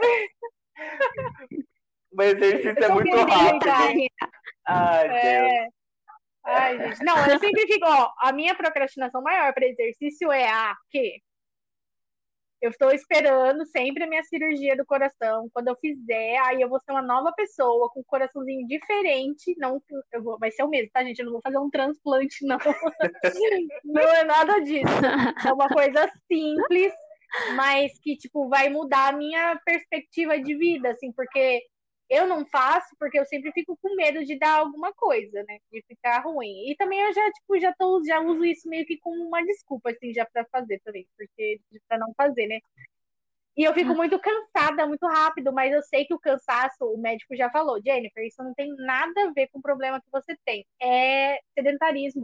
O exercício Eu é sou muito sedentária. rápido. Ai, Deus. É. Ai, gente. Não, eu sempre fico, ó, a minha procrastinação maior para exercício é a que eu estou esperando sempre a minha cirurgia do coração. Quando eu fizer, aí eu vou ser uma nova pessoa, com um coraçãozinho diferente. Não, eu vou, vai ser o mesmo, tá, gente? Eu não vou fazer um transplante, não. Não é nada disso. É uma coisa simples, mas que, tipo, vai mudar a minha perspectiva de vida, assim, porque eu não faço porque eu sempre fico com medo de dar alguma coisa, né? De ficar ruim. E também eu já, tipo, já, tô, já uso isso meio que como uma desculpa, assim, já pra fazer também. Porque pra não fazer, né? E eu fico muito cansada, muito rápido, mas eu sei que o cansaço, o médico já falou, Jennifer, isso não tem nada a ver com o problema que você tem. É sedentarismo.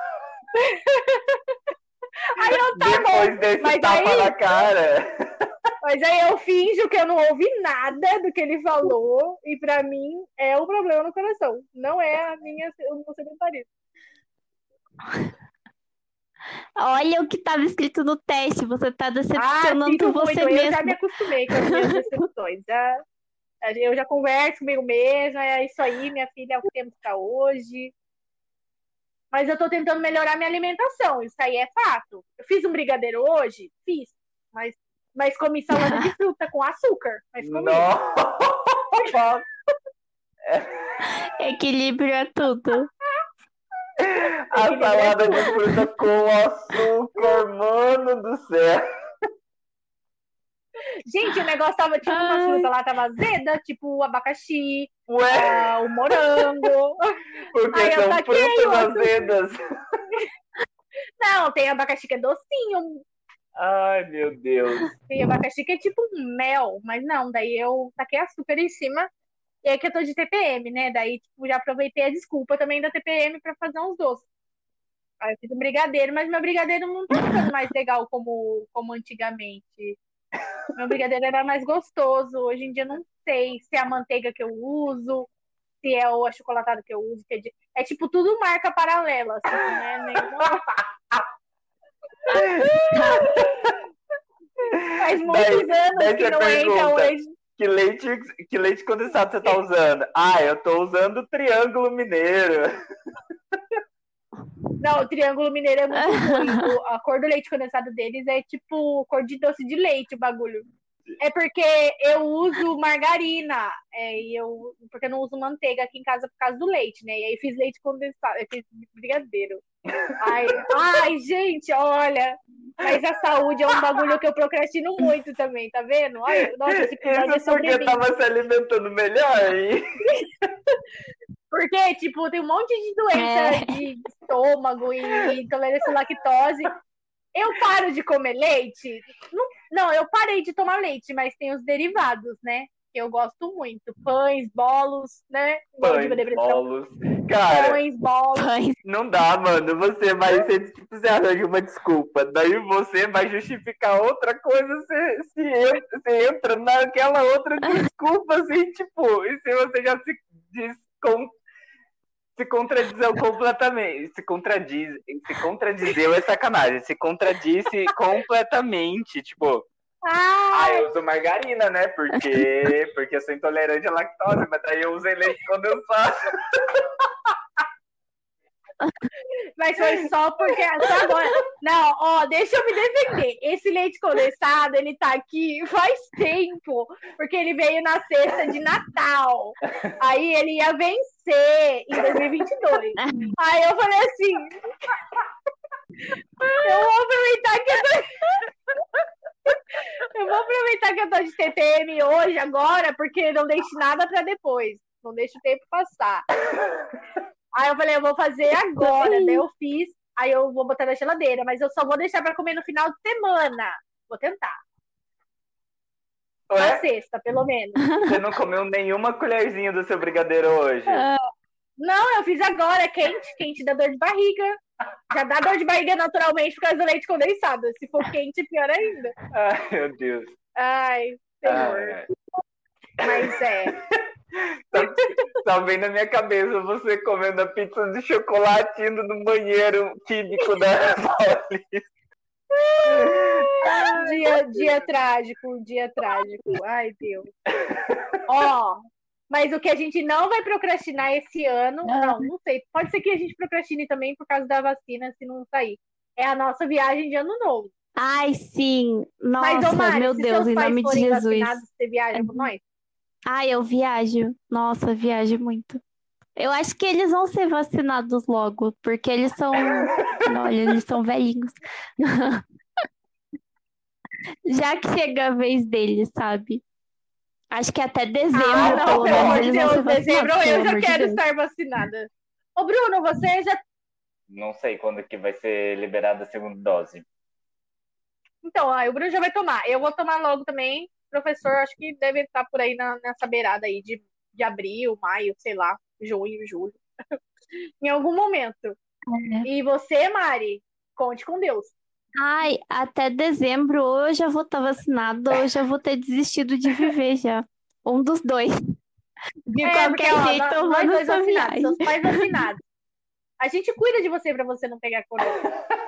Aí eu tá bom. Depois desse mas tapa aí- na cara. Mas aí eu finjo que eu não ouvi nada do que ele falou, e pra mim é o problema no coração. Não é a minha, o meu sedentarismo. Olha o que estava escrito no teste. Você tá Ah, decepcionando sinto você muito. Eu já me mesmo. acostumei com as minhas decepções. Já, eu já converso comigo mesma. É isso aí, minha filha, é o que temos pra hoje. Mas eu tô tentando melhorar minha alimentação. Isso aí é fato. Eu fiz um brigadeiro hoje? Fiz. Mas, mas comi salada de fruta com açúcar. Mas comi. Nossa! Equilíbrio é tudo. A salada de fruta com açúcar, mano do céu. Gente, o negócio tava, tipo, uma Ai. fruta lá tava azeda, tipo o abacaxi, Ué, ah, o morango. porque Aí eu são taquei frutas o açúcar. azedas. Não, tem abacaxi que é docinho, Ai, meu Deus. tem abacaxi que é tipo um mel, mas não, daí eu taquei açúcar em cima, e aí que eu tô de T P M, né? Daí, tipo, já aproveitei a desculpa também da T P M pra fazer uns doces. Aí eu fiz um brigadeiro, mas meu brigadeiro não tá ficando mais legal como, como antigamente. Meu brigadeiro era mais gostoso. Hoje em dia eu não sei se é a manteiga que eu uso, se é o achocolatado que eu uso. Que é, de... é tipo tudo marca paralela, assim, né? Nenhuma... Faz muitos Daí- anos daí que você não entra pergunta. hoje. Que leite, que leite condensado você tá usando? Ah, eu tô usando o Triângulo Mineiro. Não, o Triângulo Mineiro é muito ruim. O- a cor do leite condensado deles é tipo cor de doce de leite, o bagulho. É porque eu uso margarina, é, e eu, porque eu não uso manteiga aqui em casa por causa do leite, né? E aí fiz leite condensado, eu fiz brigadeiro. Ai, ai, gente, olha. Mas a saúde é um bagulho que eu procrastino muito também, tá vendo? Olha, nossa, esse episódio é Isso sobre porque mim. tava se alimentando melhor, hein? Porque, tipo, tem um monte de doença É. de estômago e intolerância à lactose. Eu paro de comer leite? Não, não, eu parei de tomar leite, mas tem os derivados, né? Que eu gosto muito. Pães, bolos, né? Igual Pães, diva depressão. bolos. Cara, Pães, bolos. Pães. não dá, mano. Você vai ser, tipo, você arranja uma desculpa. Daí você vai justificar outra coisa, você, se entra, você entra naquela outra desculpa, assim, tipo, e se você já se descon... se contradizeu completamente. Se contradiz. Se contradizeu é sacanagem. Se contradisse completamente. Tipo, ah, Ai, eu uso margarina, né? Porque, porque eu sou intolerante à lactose, mas daí eu usei leite condensado. mas foi só porque só agora. Não, ó, deixa eu me defender. Esse leite condensado, ele tá aqui faz tempo, porque ele veio na cesta de Natal. Aí ele ia vencer em dois mil e vinte e dois. Aí eu falei assim, eu vou aproveitar que eu tô... eu vou aproveitar que eu tô de T P M hoje, agora, porque não deixe nada pra depois. Não deixe o tempo passar. Aí eu falei, eu vou fazer agora. Daí eu fiz, aí eu vou botar na geladeira, mas eu só vou deixar pra comer no final de semana. Vou tentar. Na Ué? sexta, pelo menos. Você não comeu nenhuma colherzinha do seu brigadeiro hoje? Não, eu fiz agora, quente, quente dá dor de barriga. Já dá dor de barriga naturalmente por causa do leite condensado. Se for quente, pior ainda. Ai, meu Deus. Ai, senhor. Ai, Mas é. tá, tá vendo na minha cabeça você comendo a pizza de chocolate indo no banheiro químico da Paulista. Dia, dia trágico, dia trágico. Ai, Deus. Ó, mas o que a gente não vai procrastinar esse ano, não, não sei. Pode ser que a gente procrastine também por causa da vacina, se não sair. É a nossa viagem de ano novo. Ai, sim. Mas, Nossa, ô Mari, meu se Deus, seus em pais nome de forem Jesus. vacinados, você viaja com nós? Ai, eu viajo. Nossa, viajo muito. Eu acho que eles vão ser vacinados logo, porque eles são. Olha, eles são velhinhos. Já que chega a vez deles, sabe? Acho que até dezembro, Ah, não, pelo pelo menos, amor de eles vão ser Deus, dezembro vacinados. eu pelo já amor de quero Deus. estar vacinada. Ô, Bruno, você já. Não sei quando que vai ser liberada a segunda dose. Então, ah, o Bruno já vai tomar. Eu vou tomar logo também. Professor, acho que deve estar por aí na, nessa beirada aí de, de abril, maio, sei lá, junho, julho. Em algum momento. É. E você, Mari, conte com Deus. Ai, até dezembro, ou eu já vou estar vacinada, ou eu já vou ter desistido de viver já. Um dos dois. De É, porque, qualquer ó, jeito, nó- eu vou nós dois nessa vacinados, viagem. seus pais vacinados. A gente cuida de você pra você não pegar corona.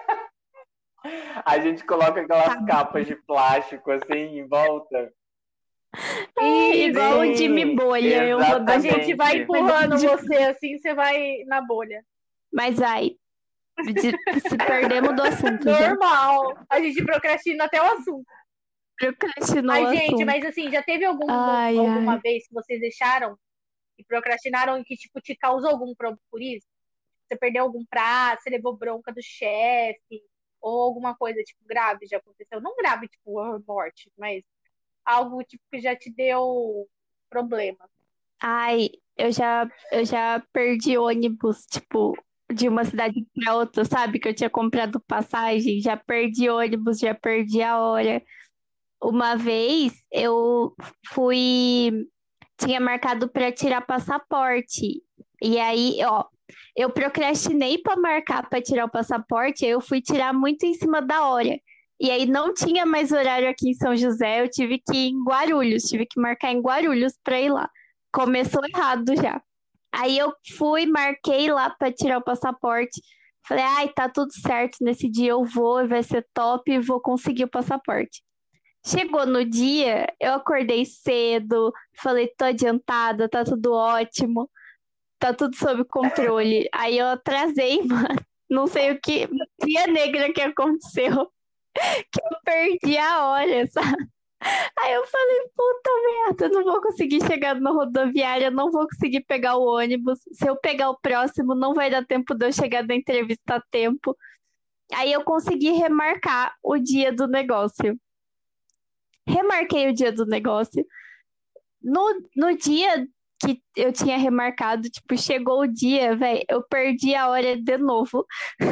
A gente coloca aquelas Tá. capas de plástico assim em volta. Igual o Jimmy Sim, Bolha, eu vou A dando. gente vai exatamente. empurrando você assim, você vai na bolha. Mas ai, de- se perdemos do assunto já. Normal. A gente procrastina até o assunto. Procrastinou Ai, o gente, assunto. mas assim, já teve algum, Ai, alguma ai. vez que vocês deixaram e procrastinaram e que, tipo, te causou algum problema por isso? Você perdeu algum prazo, você levou bronca do chefe, ou alguma coisa, tipo, grave já aconteceu? Não grave, tipo, ah, morte, mas algo, tipo, que já te deu problema. Ai, eu já, eu já perdi ônibus, tipo, de uma cidade para outra, sabe? Que eu tinha comprado passagem, já perdi ônibus, já perdi a hora. Uma vez eu fui, tinha marcado para tirar passaporte. E aí, ó, eu procrastinei para marcar para tirar o passaporte, aí eu fui tirar muito em cima da hora. E aí não tinha mais horário aqui em São José, eu tive que ir em Guarulhos, tive que marcar em Guarulhos para ir lá. Começou errado já. Aí eu fui, marquei lá para tirar o passaporte. Falei, ai, tá tudo certo, nesse dia eu vou, vai ser top, vou conseguir o passaporte. Chegou no dia, eu acordei cedo, falei, tô adiantada, tá tudo ótimo, tá tudo sob controle. Aí eu atrasei, mano. Não sei o que, dia negra que aconteceu, que eu perdi a hora, sabe? Aí eu falei, puta merda, eu não vou conseguir chegar na rodoviária, não vou conseguir pegar o ônibus. Se eu pegar o próximo, não vai dar tempo de eu chegar na entrevista a tempo. Aí eu consegui remarcar o dia do negócio. Remarquei o dia do negócio. No, no dia que eu tinha remarcado, tipo, chegou o dia, velho, eu perdi a hora de novo.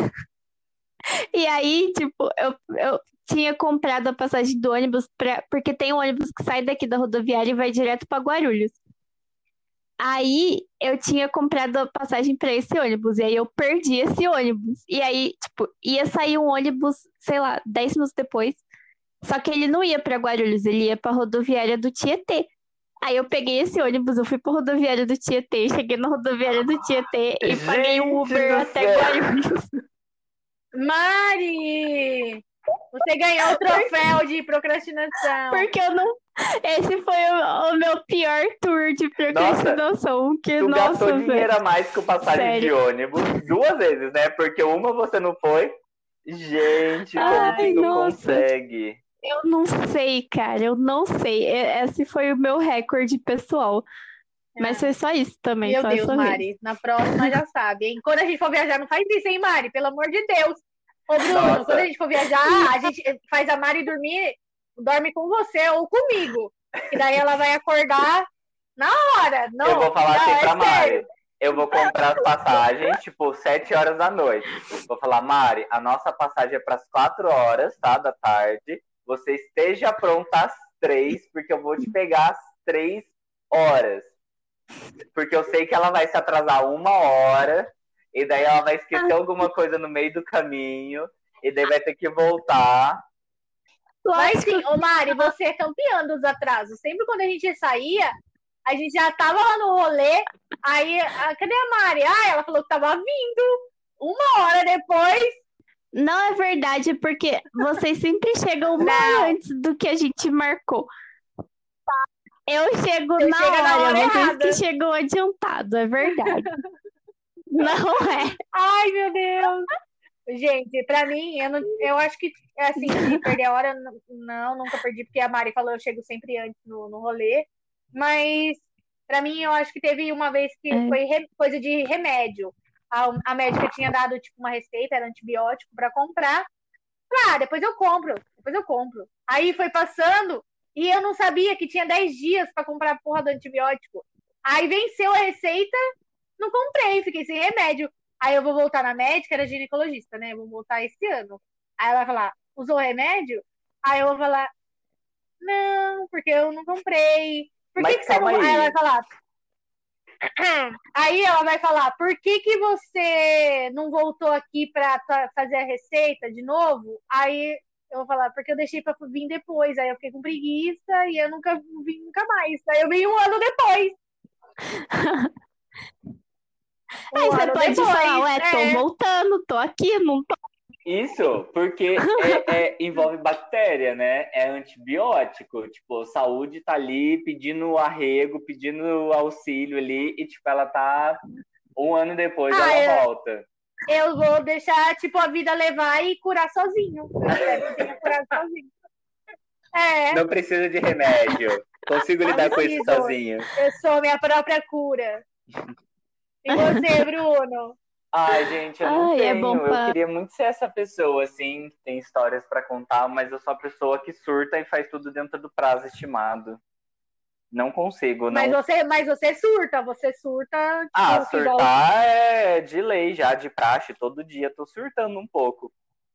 E aí, tipo, eu, eu tinha comprado a passagem do ônibus, pra, porque tem um ônibus que sai daqui da rodoviária e vai direto pra Guarulhos. Aí eu tinha comprado a passagem pra esse ônibus, e aí eu perdi esse ônibus. E aí, tipo, ia sair um ônibus, sei lá, dez minutos depois. Só que ele não ia pra Guarulhos, ele ia pra rodoviária do Tietê. Aí eu peguei esse ônibus, eu fui pra rodoviária do Tietê, cheguei na rodoviária do Tietê e paguei um Gente Uber do até céu! Guarulhos. Mari! Você ganhou o troféu de procrastinação. Porque eu não. Esse foi o, o meu pior tour de procrastinação. Que, Tu nossa, gastou dinheiro a velho. mais com passagem de Sério. ônibus duas vezes, né? Porque uma você não foi. Gente, como que Ai, tu nossa. consegue? Eu não sei, cara, eu não sei. E- Esse foi o meu recorde pessoal. Mas foi só isso também, Meu só Deus, essa vez. Mari. Na próxima já sabe, hein? Quando a gente for viajar, não faz isso, hein, Mari? Pelo amor de Deus. Ô, Bruno, Nossa. quando a gente for viajar, a gente faz a Mari dormir, dorme com você ou comigo. E daí ela vai acordar na hora. Não, Eu vou falar não, assim é pra Mari. sério. Eu vou comprar as passagens, tipo, sete horas da noite. Vou falar, Mari, a nossa passagem é pras quatro horas, tá? Da tarde. Você esteja pronta às três, porque eu vou te pegar às três horas. Porque eu sei que ela vai se atrasar uma hora, e daí ela vai esquecer alguma coisa no meio do caminho, e daí vai ter que voltar. Mas Lógico. sim, ô Mari, você é campeã dos atrasos. Sempre quando a gente saía, a gente já tava lá no rolê. Aí, a, cadê a Mari? Ah, ela falou que tava vindo. Uma hora depois. Não é verdade, porque vocês sempre chegam uma Não. hora antes do que a gente marcou. Eu chego Você na chega na hora, hora vocês errada. que chegam adiantado, é verdade. Não é. Ai, meu Deus. Gente, pra mim, eu, não, eu acho que, assim, de perder a hora, não, não, nunca perdi, porque a Mari falou, eu chego sempre antes no, no rolê. Mas, pra mim, eu acho que teve uma vez que É. foi re- coisa de remédio. A, a médica tinha dado, tipo, uma receita, era antibiótico pra comprar. Ah, depois eu compro, depois eu compro. Aí foi passando e eu não sabia que tinha dez dias pra comprar a porra do antibiótico. Aí venceu a receita, não comprei, fiquei sem remédio. Aí eu vou voltar na médica, era ginecologista, né? Vou voltar esse ano. Aí ela vai falar, usou remédio? Aí eu vou falar, não, porque eu não comprei. Por que, Mas que você não. calma Aí ela vai aí. falar, Aí ela vai falar, por que que você não voltou aqui pra fa- fazer a receita de novo? Aí eu vou falar, porque eu deixei pra vir depois. Aí eu fiquei com preguiça e eu nunca vim nunca mais. Aí eu vim um ano depois. Um Aí você ano pode depois. falar, ué, tô é. voltando, tô aqui, não tô. Isso, porque é, é- envolve bactéria, né? É antibiótico. Tipo, saúde tá ali pedindo arrego, pedindo auxílio ali, e tipo, ela tá um ano depois Ah, ela eu- volta. Eu vou deixar, tipo, a vida levar e curar sozinho. Eu espero que tenha curado sozinho. É, Não precisa de remédio. Consigo não lidar com isso preciso. sozinho. Eu sou minha própria cura. E você, Bruno? Ai, gente, eu não Ai, é tenho. bom Eu pra. queria muito ser essa pessoa, assim, que tem histórias pra contar, mas eu sou a pessoa que surta e faz tudo dentro do prazo estimado. Não consigo, Mas não. você, mas você surta, você surta, tipo, Ah, igual. surtar é de lei já, de praxe, todo dia tô surtando um pouco.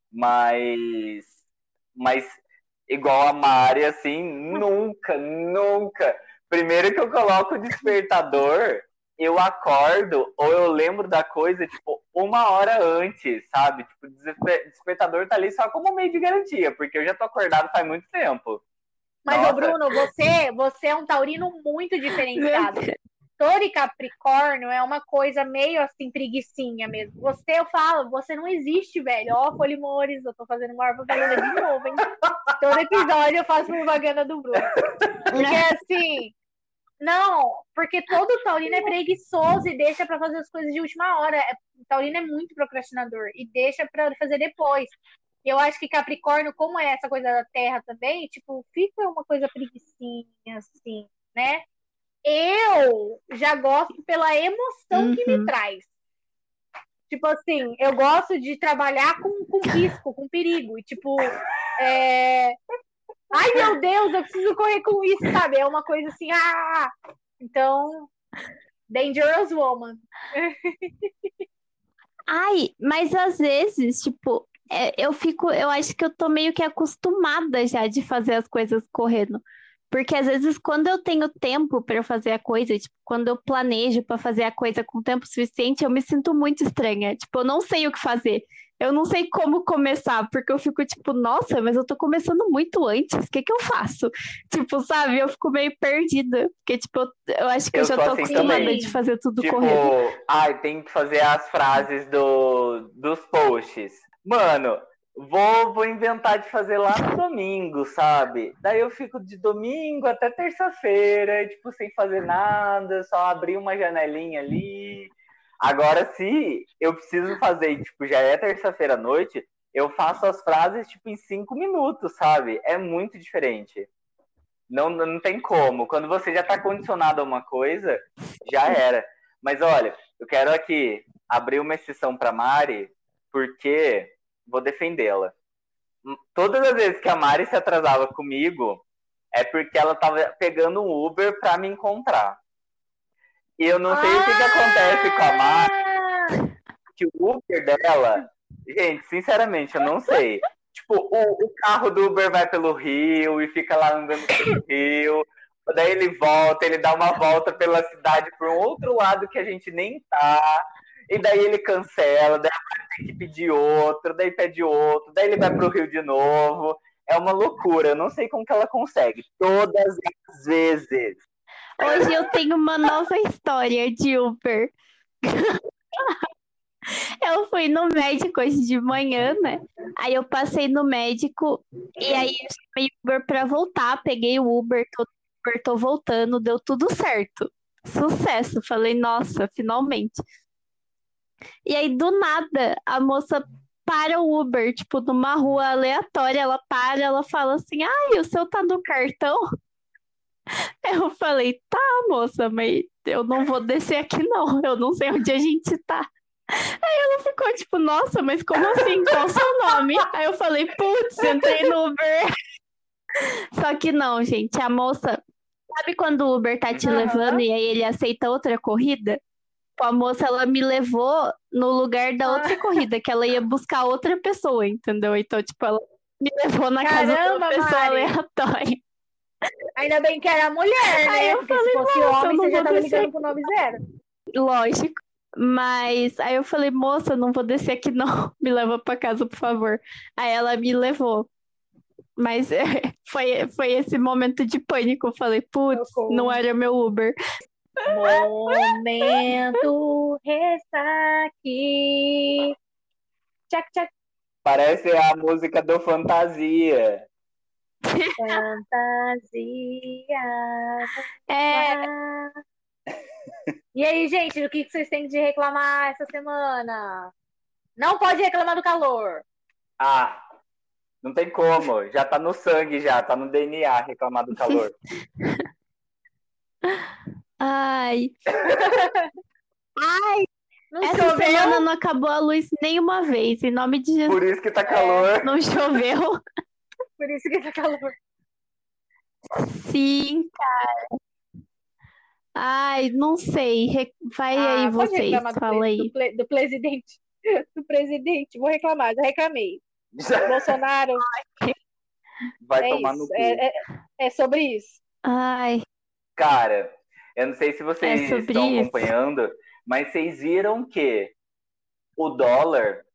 Mas, mas igual a Mari, assim, nunca, nunca. Primeiro que eu coloco o despertador, eu acordo ou eu lembro da coisa, tipo, uma hora antes, sabe? Tipo, o desper- despertador tá ali só como meio de garantia, porque eu já tô acordado faz muito tempo. Mas, ô Nossa, Bruno, você, você é um taurino muito Meu diferenciado. Deus. Touro e Capricórnio é uma coisa meio assim, preguicinha mesmo. Você, eu falo, você não existe, velho. Ó, Polimores, eu tô fazendo uma propaganda de novo, hein? Todo episódio eu faço propaganda do Bruno. Porque assim, não, porque todo taurino é preguiçoso e deixa pra fazer as coisas de última hora. É- O taurino é muito procrastinador e deixa pra fazer depois. E eu acho que Capricórnio, como é essa coisa da terra também, tipo, fica uma coisa preguicinha, assim, né? Eu já gosto pela emoção que me Uhum. traz. Tipo assim, eu gosto de trabalhar com, com risco, com perigo. E tipo, é... ai meu Deus, eu preciso correr com isso, sabe? É uma coisa assim, ah! Então, Dangerous Woman. Ai, mas às vezes, tipo, é, eu fico, eu acho que eu tô meio que acostumada já de fazer as coisas correndo. Porque às vezes, quando eu tenho tempo pra fazer a coisa, tipo, quando eu planejo pra fazer a coisa com tempo suficiente, eu me sinto muito estranha. Tipo, eu não sei o que fazer. Eu não sei como começar, porque eu fico tipo, nossa, mas eu tô começando muito antes. O que que eu faço? Tipo, sabe? Eu fico meio perdida. Porque, tipo, eu, eu acho que eu eu já sou tô assim acostumada também. de fazer tudo Tipo, correndo. ai, tem que fazer as frases do, dos posts. Mano, vou, vou inventar de fazer lá no domingo, sabe? Daí eu fico de domingo até terça-feira, tipo, sem fazer nada, só abrir uma janelinha ali. Agora, se eu preciso fazer, e, tipo, já é terça-feira à noite, eu faço as frases, tipo, em cinco minutos, sabe? É muito diferente. Não, não tem como. Quando você já está condicionado a uma coisa, já era. Mas olha, eu quero aqui abrir uma exceção para Mari, porque vou defendê-la. Todas as vezes que a Mari se atrasava comigo, é porque ela estava pegando um Uber para me encontrar. E eu não sei o que, que acontece com a Mari, que o Uber dela, gente, sinceramente, eu não sei. Tipo, o, o carro do Uber vai pelo Rio e fica lá andando pelo Rio. Daí ele volta, ele dá uma volta pela cidade por um outro lado que a gente nem tá. E daí ele cancela, daí vai ter que pedir outro, daí pede outro, daí ele vai pro Rio de novo. É uma loucura, eu não sei como que ela consegue. Todas as vezes. Hoje eu tenho uma nova história de Uber. Eu fui no médico hoje de manhã, né? Aí eu passei no médico e aí eu chamei o Uber pra voltar. Peguei o Uber, tô, Uber, tô voltando, deu tudo certo. Sucesso. Falei, nossa, finalmente. E aí, do nada, a moça para o Uber, tipo, numa rua aleatória. Ela para, ela fala assim: ai, o seu tá no cartão? Eu falei, tá, moça, mas eu não vou descer aqui, não. Eu não sei onde a gente tá. Ela ficou tipo, nossa, mas como assim? Qual o seu nome? Aí eu falei, putz, entrei no Uber. Só que não, gente, a moça. Sabe quando o Uber tá te levando Aham. e aí ele aceita outra corrida? Pô, a moça, ela me levou no lugar da outra Ah, corrida, que ela ia buscar outra pessoa, entendeu? Então, tipo, ela me levou na casa de uma caramba, pessoa Mari. aleatória. Ainda bem que era mulher, Aí né? eu Porque se falei, fosse nossa, eu homem, não você já vou tava descer. ligando pro nove zero. lógico. Mas aí eu falei, moça, não vou descer aqui não. Me leva pra casa, por favor. Aí ela me levou. Mas é, foi, foi esse momento de pânico. Eu falei, putz, não era meu Uber. Momento ressaque. Tchac, tchac. Parece a música do Fantasia. Fantasia. É, E aí, gente, o que vocês têm de reclamar essa semana? Não pode reclamar do calor. Ah, não tem como. Já tá no sangue, já. Tá no D N A reclamar do calor. ai. Ai, Não essa choveu? semana não acabou a luz nenhuma vez. Em nome de Jesus, Por isso que tá calor. não choveu. Por isso que tá calor. Sim, cara. Ai, não sei. Re- Vai aí Ah, pode vocês, reclamar do, fala pre- aí. do, ple- do presidente. Do presidente. Vou reclamar, já reclamei. Bolsonaro, Vai é tomar no isso. cu. É, é, é sobre isso. Ai, Cara, eu não sei se vocês É sobre estão isso. acompanhando, mas vocês viram que o dólar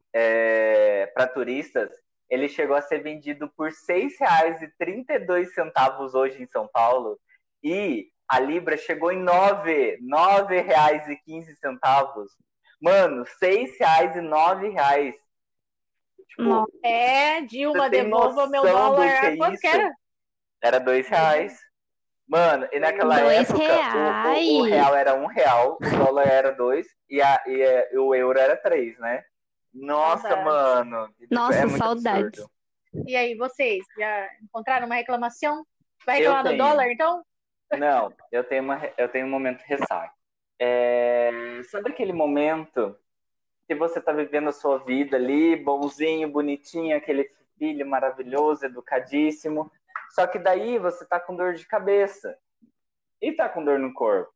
para turistas, ele chegou a ser vendido por seis reais e trinta e dois centavos hoje em São Paulo, e a Libra chegou em nove, nove reais e quinze centavos. Mano, seis reais e nove reais. Tipo, Nossa. É, Dilma, você tem devolva meu noção do dólar. que é Quanto isso? que era? Era dois reais. Mano, e naquela Dois época o, o, o reais. real era um real, o dólar era dois e, a, e, a- e o euro era três, né? Nossa, Saudades. mano. Tipo, Nossa, é muito saudades. absurdo. E aí, vocês já encontraram uma reclamação? Vai Eu reclamar do tenho. dólar, então? Não, eu tenho, uma, eu tenho um momento ressaca. É, sabe aquele momento que você tá vivendo a sua vida ali, bonzinho, bonitinho, aquele filho maravilhoso, educadíssimo, só que daí você tá com dor de cabeça, e tá com dor no corpo,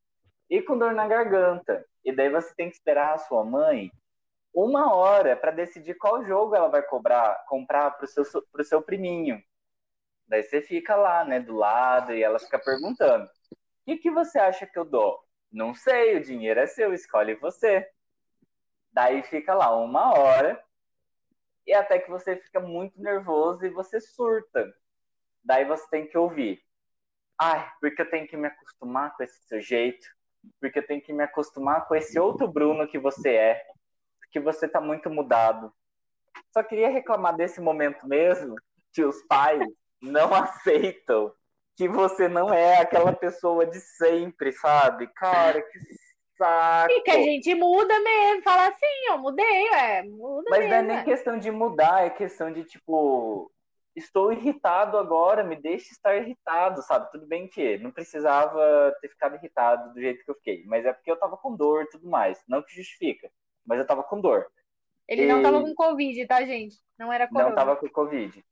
e com dor na garganta, e daí você tem que esperar a sua mãe uma hora para decidir qual jogo ela vai cobrar, comprar pro seu, pro seu priminho. Daí você fica lá, né, do lado, e ela fica perguntando: o que, que você acha que eu dou? Não sei, o dinheiro é seu, escolhe você. Daí fica lá uma hora, e até que você fica muito nervoso e você surta. Daí você tem que ouvir: ai, porque eu tenho que me acostumar com esse seu jeito, porque eu tenho que me acostumar com esse outro Bruno que você é, porque você tá muito mudado. Só queria reclamar desse momento mesmo, que os pais não aceitam que você não é aquela pessoa de sempre, sabe? Cara, que saco. E que a gente muda mesmo. Fala assim, ó, mudei, é. Muda Mas não é mesmo. nem é. questão de mudar, é questão de, tipo, estou irritado agora, me deixe estar irritado, sabe? Tudo bem que não precisava ter ficado irritado do jeito que eu fiquei, mas é porque eu tava com dor e tudo mais. Não que justifica, mas eu tava com dor. Ele E- não tava com Covid, tá, gente? Não era corona. Não tava com Covid.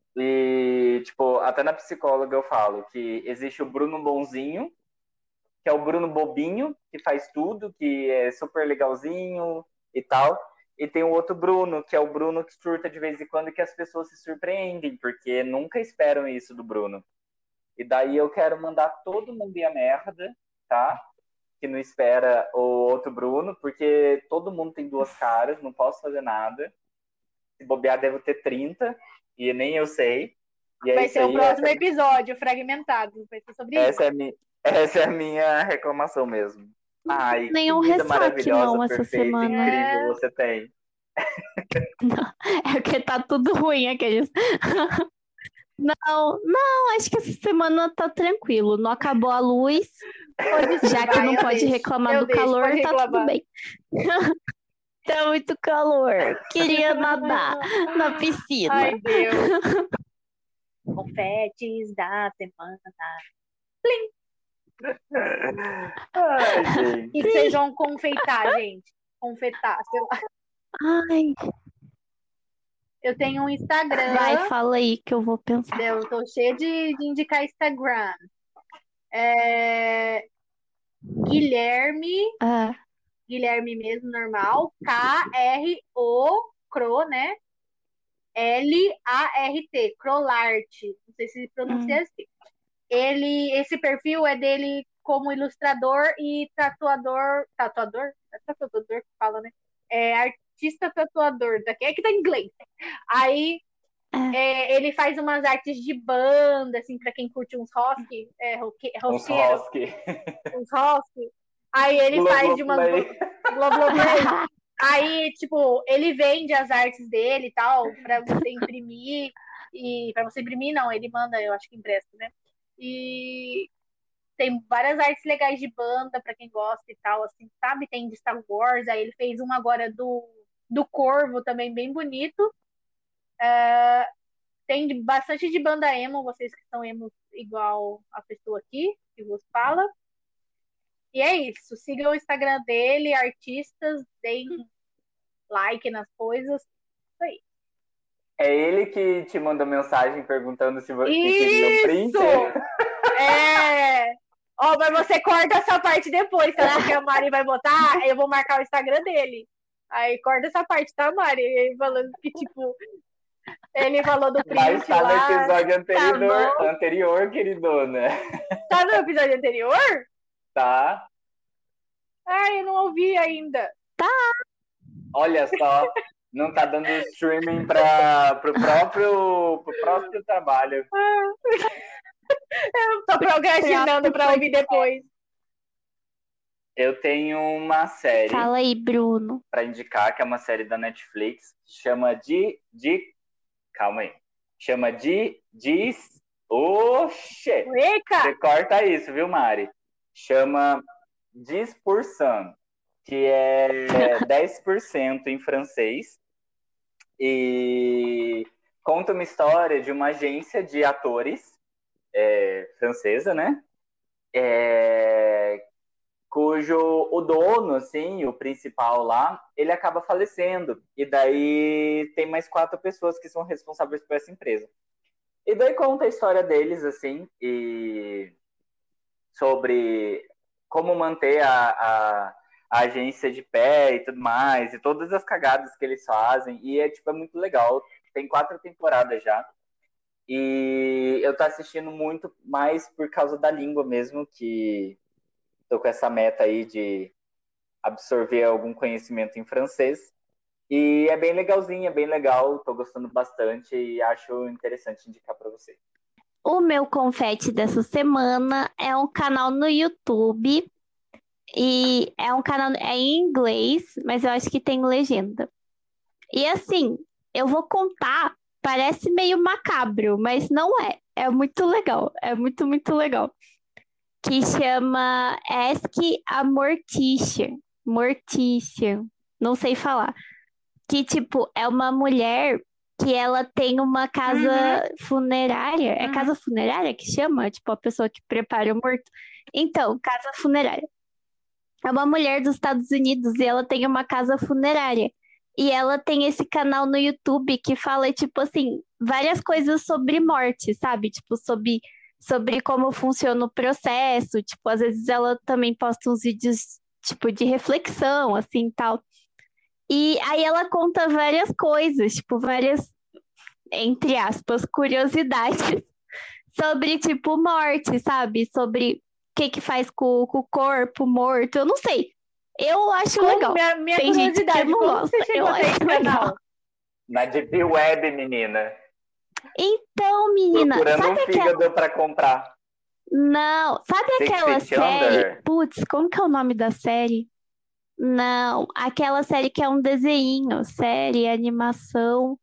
E, tipo, até na psicóloga eu falo que existe o Bruno bonzinho, que é o Bruno bobinho, que faz tudo, que é super legalzinho e tal. E tem o outro Bruno, que é o Bruno que surta de vez em quando e que as pessoas se surpreendem, porque nunca esperam isso do Bruno. E daí eu quero mandar todo mundo ir a merda, tá? Que não espera o outro Bruno, porque todo mundo tem duas caras, não posso fazer nada. Se bobear, devo ter trinta, e nem eu sei. E é Vai isso ser o aí, próximo essa, episódio, fragmentado. Vai ser sobre isso. essa, é a mi- essa é a minha reclamação mesmo. Ai, que Nenhum vida ressaque, maravilhosa, não, essa perfeita, semana. incrível É. você tem. É porque tá tudo ruim aqueles. Não, não, acho que essa semana tá tranquilo. Não acabou a luz, Pode ser, já que vai, não eu pode deixo. reclamar Eu do deixo, calor, pode tá reclamar. tudo bem. Tá muito calor. Queria nadar na piscina. Ai, Deus. Confetes da semana. Ai, O gente. que que vocês vão confeitar, gente? Confeitar, sei lá. Ai, Eu tenho um Instagram. vai, fala aí que eu vou pensar. Eu tô cheia de, de indicar Instagram. É, Guilherme, Ah, Guilherme mesmo, normal. K R O, Cro, né? L A R T, Crolart. Não sei se pronuncia Hum. assim. Ele, esse perfil é dele como ilustrador e tatuador. Tatuador? É tatuador que fala, né? É artista tatuador. Daqui é que tá em inglês. Aí É. é, ele faz umas artes de banda, assim, pra quem curte uns rock, é, roque, Uns rosqueiro, rosque. uns rock. Aí ele faz de umas. Globoplay. Globoplay. Aí, tipo, ele vende as artes dele e tal, pra você imprimir. E pra você imprimir, não, ele manda, eu acho que empresta, né? E tem várias artes legais de banda pra quem gosta e tal, assim, sabe? Tem de Star Wars, aí ele fez uma agora do, do Corvo também, bem bonito. Uh, tem de, bastante de banda emo, vocês que são emo igual a pessoa aqui, que vos fala. E é isso, sigam o Instagram dele, artistas, deem like nas coisas, isso aí. É ele que te mandou mensagem perguntando se, vo- se Isso! queria um print? É! Ó, oh, mas você corta essa parte depois, tá? Porque a Mari vai botar, aí eu vou marcar o Instagram dele. Aí corta essa parte, tá, Mari? Ele falando que, tipo, ele falou do print Vai estar lá. no episódio anterior, Tá anterior, queridona. Tá no episódio anterior? Tá? Ai, eu não ouvi ainda. Olha só, não tá dando streaming para pro próprio, pro próprio trabalho. Eu tô procrastinando pra ouvir depois. Eu tenho uma série Fala aí, Bruno. para indicar, que é uma série da Netflix, chama de... de calma aí. Chama de... Diz... Oxê! Eca! Você corta isso, viu, Mari? Chama dez por cent, que é dez por cento em francês. E conta uma história de uma agência de atores é, francesa, né? É, cujo o dono, assim, o principal lá, ele acaba falecendo. E daí tem mais quatro pessoas que são responsáveis por essa empresa. E daí conta a história deles, assim, e sobre como manter a, a, a agência de pé e tudo mais, e todas as cagadas que eles fazem. E é, tipo, é muito legal. Tem quatro temporadas já. E eu tô assistindo muito mais por causa da língua mesmo, que tô com essa meta aí de absorver algum conhecimento em francês. E é bem legalzinho, é bem legal, tô gostando bastante e acho interessante indicar para você. O meu confete dessa semana é um canal no YouTube. E é um canal é em inglês, mas eu acho que tem legenda. E assim, eu vou contar, parece meio macabro, mas não é. É muito legal, é muito, muito legal. Que chama Ask a Morticia. Morticia, não sei falar. Que, tipo, é uma mulher que ela tem uma casa funerária. É Uhum. casa funerária que chama? Tipo, a pessoa que prepara o morto. Então, casa funerária. É uma mulher dos Estados Unidos e ela tem uma casa funerária. E ela tem esse canal no YouTube que fala, tipo assim, várias coisas sobre morte, sabe? Tipo, sobre, sobre como funciona o processo. Tipo, às vezes ela também posta uns vídeos, tipo, de reflexão, assim, tal. E aí ela conta várias coisas, tipo, várias, entre aspas, curiosidades sobre, tipo, morte, sabe? Sobre o que que faz com, com o corpo morto, eu não sei. Eu acho Como legal. minha, minha Tem gente que curiosidade, não como gosta. você chegou Eu até esse acho legal. canal? Na Deep Web, menina. Então, menina, Procurando sabe um aquela... fígado para comprar. Não, sabe Six aquela Feet série? Under? Putz, como que é o nome da série? Não, aquela série que é um desenho, série, animação,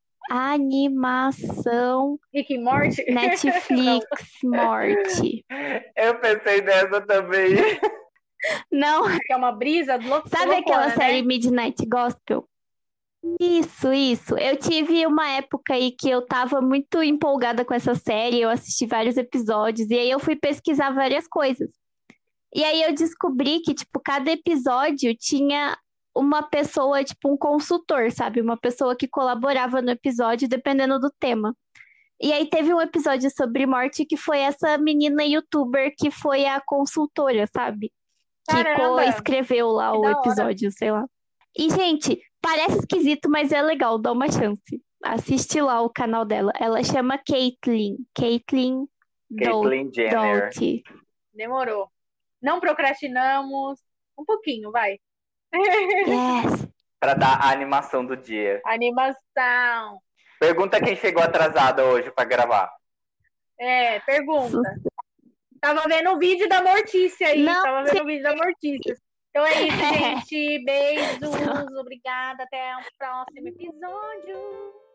animação, Rick e Morty? Netflix, morte. Eu pensei nessa também. Não, Que é uma brisa louca. sabe aquela loucona, série né? Midnight Gospel? Isso, isso. Eu tive uma época aí que eu tava muito empolgada com essa série, eu assisti vários episódios, e aí eu fui pesquisar várias coisas. E aí eu descobri que, tipo, cada episódio tinha uma pessoa, tipo, um consultor, sabe? Uma pessoa que colaborava no episódio, dependendo do tema. E aí teve um episódio sobre morte que foi essa menina youtuber que foi a consultora, sabe? Que Caramba, co-escreveu lá que o da hora. episódio, sei lá. E, gente, parece esquisito, mas é legal, dá uma chance. Assiste lá o canal dela. Ela chama Caitlyn. Caitlyn Caitlyn Jenner. Doughty. Demorou. não procrastinamos. Um pouquinho, vai. Yes. Pra dar a animação do dia. Animação. Pergunta quem chegou atrasado hoje pra gravar. É, pergunta. Tava vendo o vídeo da Mortícia aí. Não, Tava vendo o vídeo da Mortícia. Então é isso, gente. Beijos. Obrigada. Até o próximo episódio.